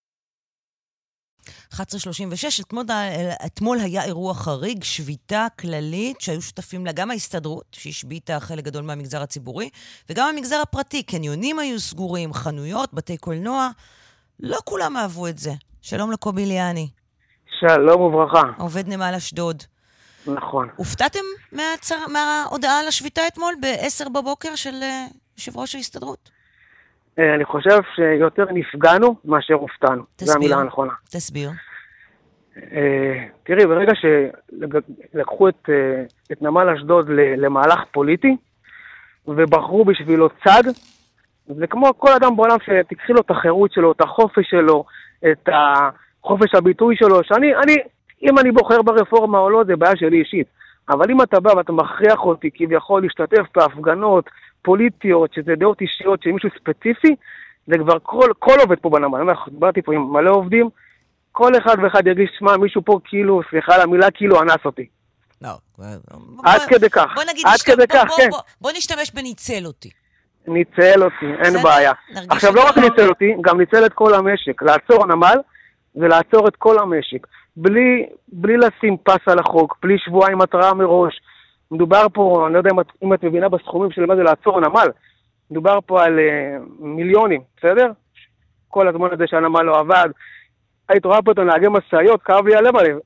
11:36, אתמול היה אירוע חריג, שביתה כללית, שהיו שותפים לה גם ההסתדרות, שהשביתה חלק גדול מהמגזר הציבורי, וגם המגזר הפרטי, קניונים היו סגורים, חנויות, בתי קולנוע, לא כולם אהבו את זה. שלום לקובי ליאני. שלום וברכה. עובד נמל אשדוד. נכון. הופתעתם מההודעה על השביתה אתמול ב-10 בבוקר של יושב ראש ההסתדרות? אני חושב שיותר נפגענו מאשר הופתענו. זו המילה הנכונה. תסביר. תראי, ברגע שלקחו את נמל אשדוד למהלך פוליטי, ובחרו בשבילו צד, זה כמו כל אדם בעולם שתקחי לו את החירות שלו, את החופש שלו, את החופש הביטוי שלו, אם אני בוחר ברפורמה או לא, זה בעיה שלי אישית. אבל אם אתה בא ואתה מכריח אותי כביכול להשתתף בהפגנות פוליטיות, שזה דעות אישיות של מישהו ספציפי, זה כבר כל עובד פה בנמל. באתי פה עם מלא עובדים, כל אחד ואחד ירגיש, שמה, מישהו פה כאילו, סליחה על המילה, כאילו אנס אותי. לא. עד כדי כך. בוא נשתמש בניצל אותי. ניצל אותי, אין בעיה. עכשיו לא רק ניצל אותי, גם ניצל את כל המשק. לעצור הנמל זה לעצור את כל המשק. בלי לשים פס על החוק, בלי שבועיים התראה מראש. מדובר פה, אני לא יודע אם את מבינה בסכומים של מה זה לעצור הנמל. מדובר פה על מיליונים, בסדר? כל הזמן הזה שהנמל לא עבד. היית רואה פה את הנהגי מסעיות, כאב לי הלב עליהם.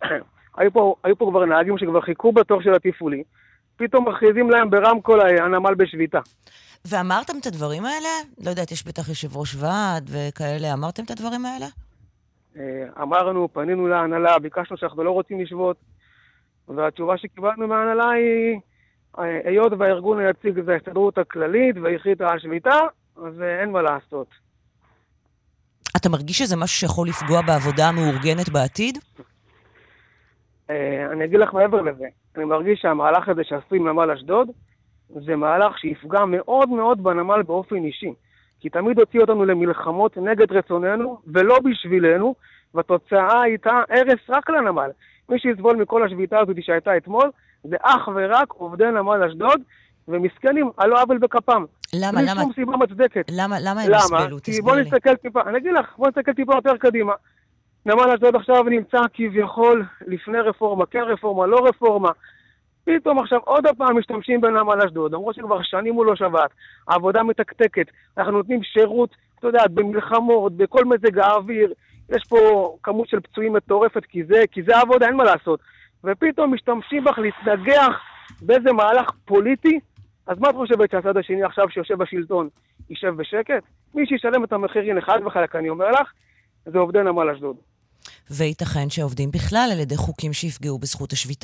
היו פה כבר נהגים שכבר חיכו בתור של התפעולי. פתאום מכריזים להם ברמקול הנמל בשביתה. ואמרתם את הדברים האלה? לא יודעת, יש בטח יושב ראש ועד וכאלה. אמרתם את הדברים האלה? אמרנו, פנינו להנהלה, ביקשנו שאנחנו לא רוצים לשבות. והתשובה שקיבלנו מההנהלה היא, היות והארגון היציג זה ההסתדרות הכללית והחליטה על שביתה, אז אין מה לעשות. אתה מרגיש שזה משהו שיכול לפגוע בעבודה המאורגנת בעתיד? אני אגיד לך מעבר לזה. אני מרגיש שהמהלך הזה שעשו עם נמל אשדוד, זה מהלך שיפגע מאוד מאוד בנמל באופן אישי. כי תמיד הוציא אותנו למלחמות נגד רצוננו, ולא בשבילנו, והתוצאה הייתה הרס רק לנמל. מי שיסבול מכל השביתה הזאת שהייתה אתמול, זה אך ורק עובדי נמל אשדוד, ומסכנים על לא עוול בכפם. למה? בלי שום סיבה מצדקת. למה הם יסבלו? כי בוא נסתכל טיפה, אני אגיד לך, בוא נסתכל טיפה יותר קדימה. נמל אשדוד עכשיו נמצא כביכול לפני רפורמה, כן רפורמה, לא רפורמה. פתאום עכשיו עוד הפעם משתמשים בנמל אשדוד, למרות שכבר שנים הוא לא שבת, העבודה מתקתקת, אנחנו נותנים שירות, אתה יודע, במלחמות, בכל מזג האוויר, יש פה כמות של פצועים מטורפת, כי זה העבודה, אין מה לעשות. ופתאום משתמשים בך להתנגח באיזה מהלך פוליטי, אז מה את חושבת שהצד השני עכשיו שיושב בשלטון יישב בשקט? מי שישלם את המחירים אחד וחלק, אני אומר לך, זה עובדי נמל אשדוד. וייתכן שעובדים בכלל על ידי חוקים שיפגעו בזכות השביתה.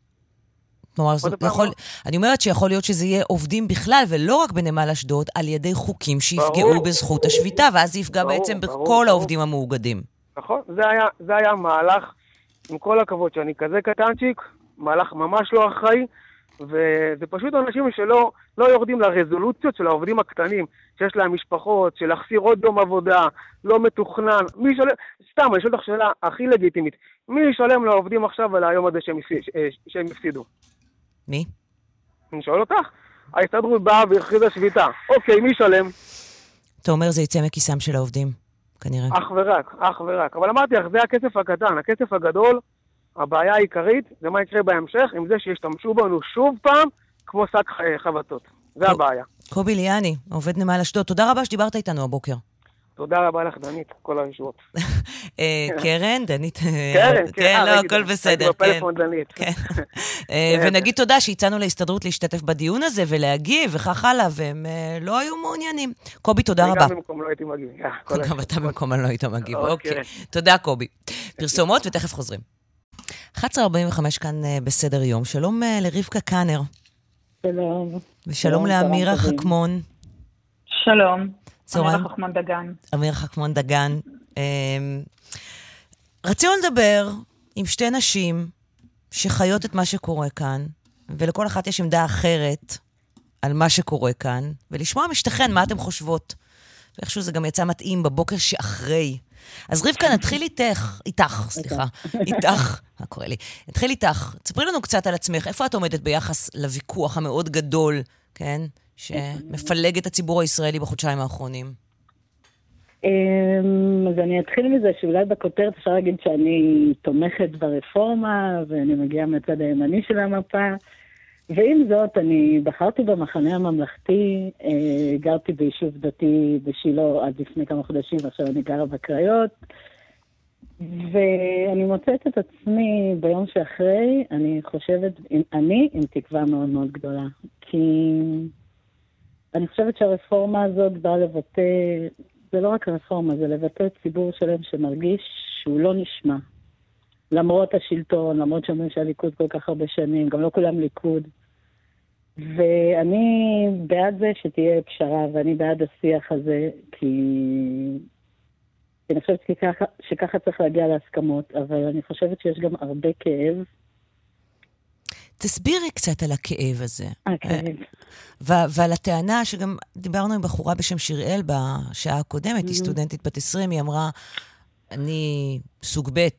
אני אומרת שיכול להיות שזה יהיה עובדים בכלל, ולא רק בנמל אשדוד, על ידי חוקים שיפגעו בזכות השביתה, ואז זה יפגע בעצם בכל העובדים המאוגדים. נכון, זה היה מהלך, עם כל הכבוד שאני כזה קטנצ'יק, מהלך ממש לא אחראי, וזה פשוט אנשים שלא יורדים לרזולוציות של העובדים הקטנים, שיש להם משפחות, של להחסיר עוד יום עבודה, לא מתוכנן, סתם, אני שואל לך שאלה הכי לגיטימית, מי ישלם לעובדים עכשיו על היום הזה שהם הפסידו? מי? אני שואל אותך, ההסתדרות באה והכריזה שביתה. אוקיי, מי ישלם? אתה אומר זה יצא מכיסם של העובדים, כנראה. אך ורק. אבל אמרתי לך, זה הכסף הקטן. הכסף הגדול, הבעיה העיקרית, זה מה יקרה בהמשך, עם זה שישתמשו בנו שוב פעם, כמו שק חבטות. זה הבעיה. קובי ליאני, עובד נמל אשדוד, תודה רבה שדיברת איתנו הבוקר. תודה רבה לך, דנית, כל הישועות. קרן, דנית. כן, לא, הכל בסדר. בפלאפון דנית. ונגיד תודה שהצענו להסתדרות להשתתף בדיון הזה ולהגיב וכך הלאה, והם לא היו מעוניינים. קובי, תודה רבה. אני גם במקום לא הייתי מגיב. גם אתה במקום לא היית מגיב, אוקיי. תודה, קובי. פרסומות ותכף חוזרים. 11:45 כאן בסדר יום. שלום לרבקה קאנר. שלום. ושלום לאמירה חכמון. שלום. אמירה חכמון דגן. אמירה חכמון דגן. רצינו לדבר עם שתי נשים שחיות את מה שקורה כאן, ולכל אחת יש עמדה אחרת על מה שקורה כאן, ולשמוע משתכן מה אתם חושבות. ואיכשהו זה גם יצא מתאים בבוקר שאחרי. אז רבקה, נתחיל איתך. מה קורה לי? נתחיל איתך. תספרי לנו קצת על עצמך. איפה את עומדת ביחס לוויכוח המאוד גדול, כן? שמפלג את הציבור הישראלי בחודשיים האחרונים? אז אני אתחיל מזה שאולי בכותרת אפשר להגיד שאני תומכת ברפורמה, ואני מגיעה מהצד הימני של המפה, ועם זאת אני בחרתי במחנה הממלכתי, גרתי ביישוב דתי בשילה עד לפני כמה חודשים, עכשיו אני גרה בקריות, ואני מוצאת את עצמי ביום שאחרי, אני חושבת, אני עם תקווה מאוד מאוד גדולה, כי אני חושבת שהרפורמה הזאת באה לבטא, זה לא רק הרפורמה, זה לבטא ציבור שלם שמרגיש שהוא לא נשמע. למרות השלטון, למרות שאומרים שהליכוד כל כך הרבה שנים, גם לא כולם ליכוד. ואני בעד זה שתהיה פשרה, ואני בעד השיח הזה, כי אני חושבת שככה צריך להגיע להסכמות, אבל אני חושבת שיש גם הרבה כאב. תסבירי קצת על הכאב הזה. ועל הטענה שגם דיברנו עם בחורה בשם שיראל בשעה הקודמת, היא סטודנטית בת 20, היא אמרה, אני סוג ב',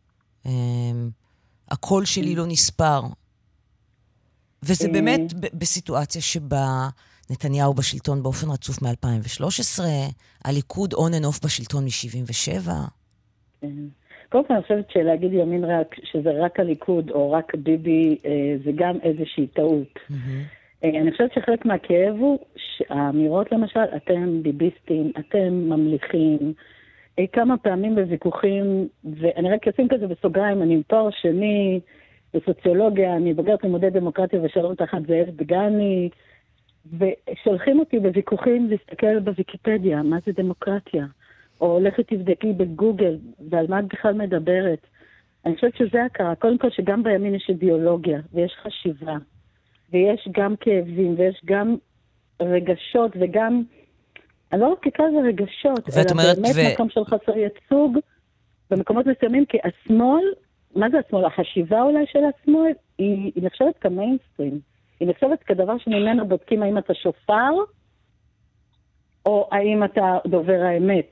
הקול שלי לא נספר. וזה באמת בסיטואציה שבה נתניהו בשלטון באופן רצוף מ-2013, הליכוד on and off בשלטון מ-77. קודם כל אני חושבת שלהגיד ימין רק, שזה רק הליכוד או רק ביבי, זה גם איזושהי טעות. אני חושבת שחלק מהכאב הוא שהאמירות למשל, אתם ביביסטים, אתם ממליכים, כמה פעמים בוויכוחים, ואני רק אשים כזה בסוגריים, אני עם תואר שני בסוציולוגיה, אני בוגרת לימודי דמוקרטיה ושלום תחת זאב דגני, ושולחים אותי בוויכוחים להסתכל בוויקיפדיה, מה זה דמוקרטיה, או הולכת תבדקי בגוגל, ועל מה את בכלל מדברת. אני חושבת שזה הכרה, קודם כל שגם בימין יש אידיאולוגיה, ויש חשיבה, ויש גם כאבים, ויש גם רגשות, וגם, אני לא רק ככה זה רגשות, אלא באמת מקום של חסר ייצוג, במקומות מסוימים, כי השמאל, מה זה השמאל? החשיבה אולי של השמאל, היא נחשבת כמיינסטרים. היא נחשבת כדבר שממנו בודקים האם אתה שופר, או האם אתה דובר האמת.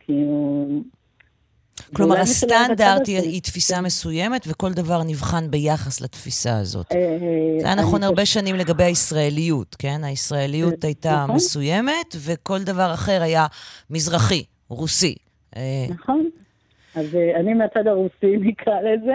כלומר, הסטנדרט היא תפיסה מסוימת, וכל דבר נבחן ביחס לתפיסה הזאת. זה היה נכון הרבה שנים לגבי הישראליות, כן? הישראליות הייתה מסוימת, וכל דבר אחר היה מזרחי, רוסי. נכון. אז אני מהצד הרוסי נקרא לזה.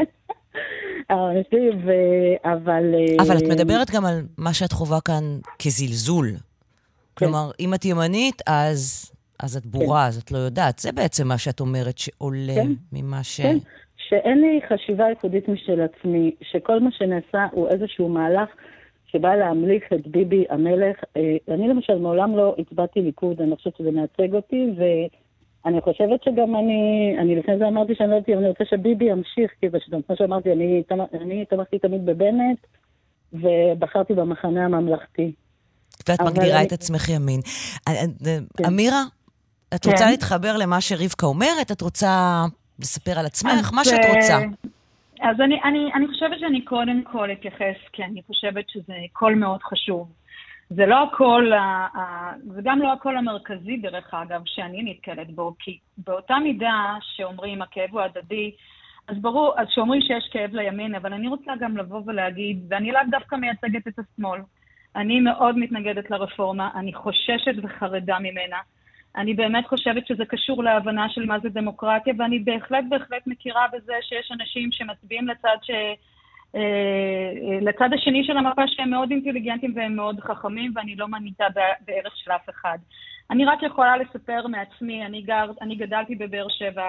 אבל את מדברת גם על מה שאת חובה כאן כזלזול. כלומר, אם את ימנית, אז את בורה, אז את לא יודעת. זה בעצם מה שאת אומרת שעולה ממה ש... כן, שאין לי חשיבה ייחודית משל עצמי, שכל מה שנעשה הוא איזשהו מהלך שבא להמליך את ביבי המלך. אני למשל מעולם לא הצבעתי ליכוד, אני חושבת שזה מייצג אותי, ואני חושבת שגם אני לפני זה אמרתי שאני לא יודעת, אני רוצה שביבי ימשיך, כי כמו שאמרתי, אני תמכתי תמיד בבנט, ובחרתי במחנה הממלכתי. ואת מגדירה את עצמך ימין. אמירה, את רוצה להתחבר למה שרבקה אומרת? את רוצה לספר על עצמך? מה שאת רוצה. אז אני חושבת שאני קודם כל אתייחס, כי אני חושבת שזה קול מאוד חשוב. זה לא הקול, זה גם לא הקול המרכזי דרך אגב, שאני נתקלת בו, כי באותה מידה שאומרים הכאב הוא הדדי, אז ברור, אז שאומרים שיש כאב לימין, אבל אני רוצה גם לבוא ולהגיד, ואני לא דווקא מייצגת את השמאל, אני מאוד מתנגדת לרפורמה, אני חוששת וחרדה ממנה, אני באמת חושבת שזה קשור להבנה של מה זה דמוקרטיה, ואני בהחלט מכירה בזה שיש אנשים שמצביעים לצד השני של המפה שהם מאוד אינטליגנטים והם מאוד חכמים, ואני לא מאמינה בערך של אף אחד. אני רק יכולה לספר מעצמי, אני גדלתי בבאר שבע,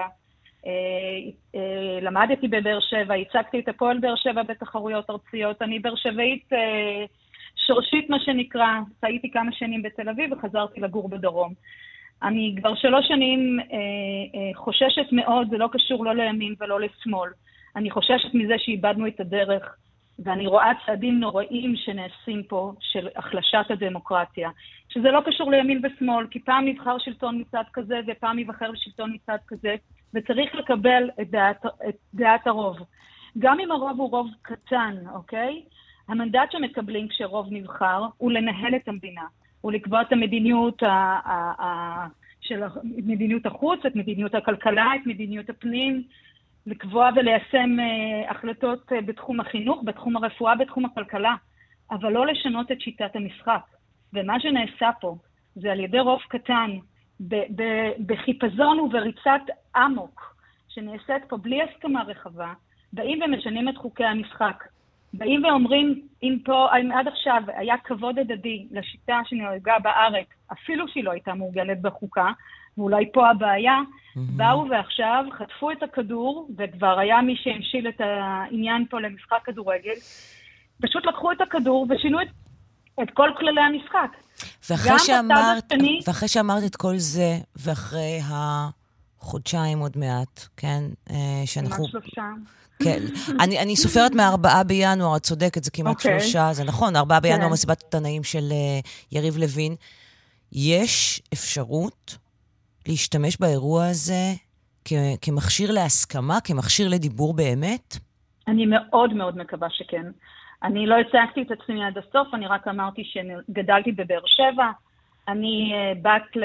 למדתי בבאר שבע, הצגתי את הפועל באר שבע בתחרויות ארציות, אני באר שבעית שורשית מה שנקרא, הייתי כמה שנים בתל אביב וחזרתי לגור בדרום. אני כבר 3 שנים חוששת מאוד, זה לא קשור לא לימין ולא לשמאל. אני חוששת מזה שאיבדנו את הדרך, ואני רואה צעדים נוראים שנעשים פה של החלשת הדמוקרטיה, שזה לא קשור לימין ושמאל, כי פעם נבחר שלטון מצד כזה ופעם יבחר לשלטון מצד כזה, וצריך לקבל את דעת הרוב. גם אם הרוב הוא רוב קטן, אוקיי? המנדט שמקבלים כשרוב נבחר הוא לנהל את המדינה, הוא לקבוע את המדיניות של מדיניות החוץ, את מדיניות הכלכלה, את מדיניות הפנים, לקבוע וליישם החלטות בתחום החינוך, בתחום הרפואה, בתחום הכלכלה, אבל לא לשנות את שיטת המשחק. ומה שנעשה פה זה על ידי רוב קטן, בחיפזון ובריצת עמוק, שנעשית פה בלי הסכמה רחבה, באים ומשנים את חוקי המשחק. באים ואומרים, אם עד עכשיו היה כבוד הדדי לשיטה שנהוגה בארץ, אפילו שהיא לא הייתה מעוגנת בחוקה, ואולי פה הבעיה, באו ועכשיו חטפו את הכדור, וכבר היה מי שהמשיל את העניין פה למשחק כדורגל, פשוט לקחו את הכדור ושינו את כל כללי המשחק. ואחרי שאמרת את כל זה, ואחרי החודשיים עוד מעט, כן, שאנחנו... 3. כן, אני סופרת מ4 בינואר, את צודקת, זה כמעט 3, זה נכון, 4 בינואר מסיבת עיתונאים של יריב לוין. יש אפשרות להשתמש באירוע הזה כמכשיר להסכמה, כמכשיר לדיבור באמת? אני מאוד מאוד מקווה שכן. אני לא הצגתי את עצמי עד הסוף, אני רק אמרתי שגדלתי בבאר שבע, אני בת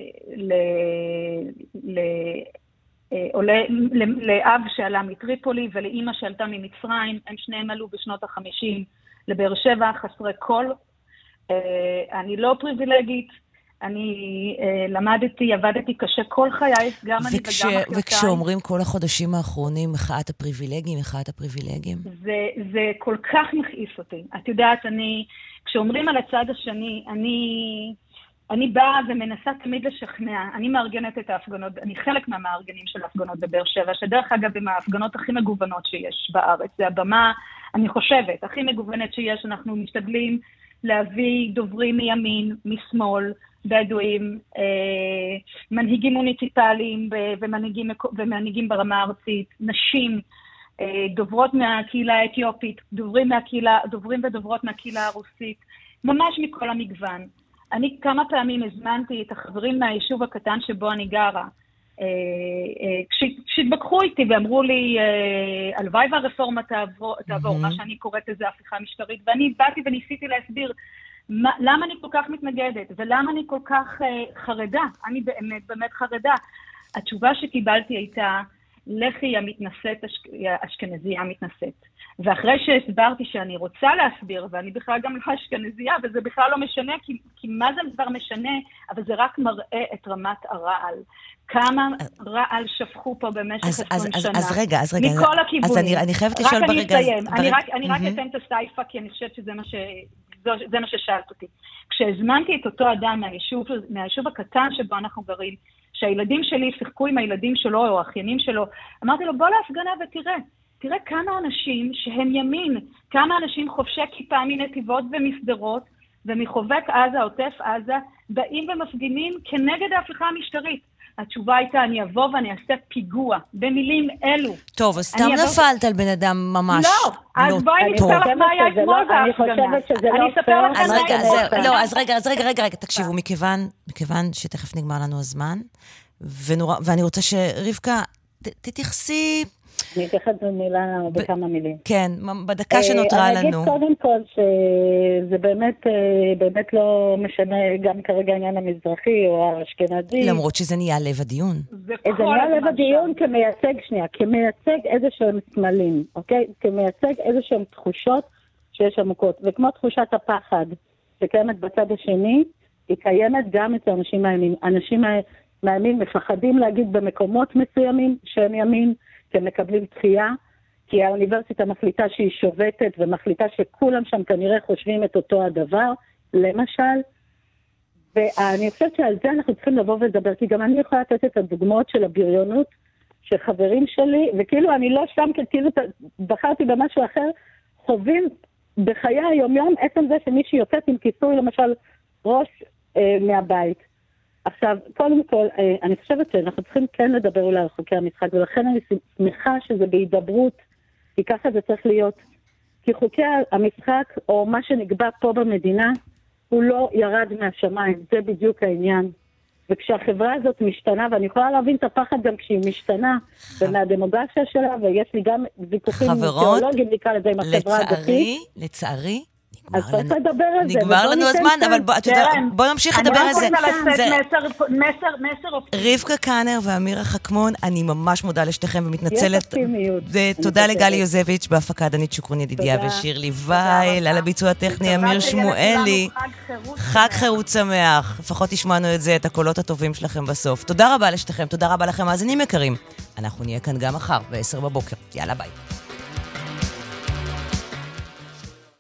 לאב שעלה מטריפולי ולאמא שעלתה ממצרים, הם שניהם עלו בשנות ה-50 לבאר שבע, חסרי קול. אני לא פריבילגית, אני למדתי, עבדתי קשה כל חיי, גם אני וגם אחריי. וכשאומרים כל החודשים האחרונים, מחאת הפריבילגים? זה כל כך מכעיס אותי. את יודעת, כשאומרים על הצד השני, אני באה ומנסה תמיד לשכנע, אני מארגנת את ההפגנות, אני חלק מהמארגנים של ההפגנות בבאר שבע, שדרך אגב הם ההפגנות הכי מגוונות שיש בארץ, זה הבמה, אני חושבת, הכי מגוונת שיש, אנחנו משתדלים להביא דוברים מימין, משמאל, בדואים, מנהיגים מוניציפליים ומנהיגים ברמה הארצית, נשים, דוברות מהקהילה האתיופית, דוברים ודוברות מהקהילה הרוסית, ממש מכל המגוון. אני כמה פעמים הזמנתי את החברים מהיישוב הקטן שבו אני גרה, כשהתבקחו איתי ואמרו לי, הלוואי והרפורמה תעבור, מה שאני קוראת לזה הפיכה משטרית, ואני באתי וניסיתי להסביר למה אני כל כך מתנגדת, ולמה אני כל כך חרדה, אני באמת חרדה. התשובה שקיבלתי הייתה, לכי המתנשאת, אשכנזייה המתנשאת. ואחרי שהסברתי שאני רוצה להסביר, ואני בכלל גם לא אשכנזייה, וזה בכלל לא משנה, כי מה זה כבר משנה, אבל זה רק מראה את רמת הרעל. כמה רעל שפכו פה במשך 20 שנה. אז רגע. מכל הכיוונים. אז אני חייבת לשאול ברגע... אני רק אתן את הסייפה, כי אני חושבת שזה מה ששאלת אותי. כשהזמנתי את אותו אדם מהיישוב הקטן שבו אנחנו גרים, שהילדים שלי שיחקו עם הילדים שלו או האחיינים שלו, אמרתי לו, בוא להפגנה תראה כמה אנשים שהם ימין, כמה אנשים חובשי כיפה מנתיבות ומסדרות, ומחובק עזה, עוטף עזה, באים ומפגינים כנגד ההפיכה המשטרית. התשובה הייתה, אני אבוא ואני אעשה פיגוע, במילים אלו. טוב, אז סתם נפלת על בן אדם ממש לא טוב. אז בואי אני אספר לך מה היה אתמול בהפגנה. אני אספר לך מה היה אתמול. לא, אז רגע, תקשיבו, מכיוון שתכף נגמר לנו הזמן, ואני רוצה שרבקה, תתייחסי... אני אתייחס במילה, בכמה מילים. כן, בדקה שנותרה לנו. אני אגיד קודם כל שזה באמת לא משנה גם כרגע העניין המזרחי או האשכנזי. למרות שזה נהיה לב הדיון. זה נהיה לב הדיון כמייצג איזשהם סמלים, אוקיי? כמייצג איזשהם תחושות שיש עמוקות. וכמו תחושת הפחד שקיימת בצד השני, היא קיימת גם אצל אנשים מהימין. אנשים מהימין מפחדים להגיד במקומות מסוימים שהם ימין, כי הם מקבלים דחייה, כי האוניברסיטה מחליטה שהיא שובתת, ומחליטה שכולם שם כנראה חושבים את אותו הדבר, למשל. ואני חושבת שעל זה אנחנו צריכים לבוא ולדבר, כי גם אני יכולה לתת את הדוגמאות של הבריונות, של חברים שלי, וכאילו אני לא שם, כאילו בחרתי במשהו אחר, חווים בחיי היום-יום, עצם זה שמישהי יוצאת עם כיסוי, למשל, ראש מהבית. עכשיו, קודם כל, אני חושבת שאנחנו צריכים כן לדבר אולי על חוקי המשחק, ולכן אני שמחה שזה בהידברות, כי ככה זה צריך להיות. כי חוקי המשחק, או מה שנקבע פה במדינה, הוא לא ירד מהשמיים, זה בדיוק העניין. וכשהחברה הזאת משתנה, ואני יכולה להבין את הפחד גם כשהיא משתנה, ומהדמוגרפיה שלה, ויש לי גם ויכוחים תיאולוגיים, נקרא לזה עם החברה הדתית. לצערי, אז צריך לדבר על זה. נגמר לנו הזמן, אבל בוא נמשיך לדבר על זה. רבקה קאנר ואמירה חכמון, אני ממש מודה לשתיכם ומתנצלת. תודה לגלי יוזביץ' בהפקה, דנית שוקרון ידידיה ושירלי וייל, על הביצוע הטכני אמיר שמואלי. חג חירות שמח. לפחות תשמענו את זה, את הקולות הטובים שלכם בסוף. תודה רבה לשתיכם, תודה רבה לכם מאזינים יקרים. אנחנו נהיה כאן גם מחר ב-10 בבוקר. יאללה ביי.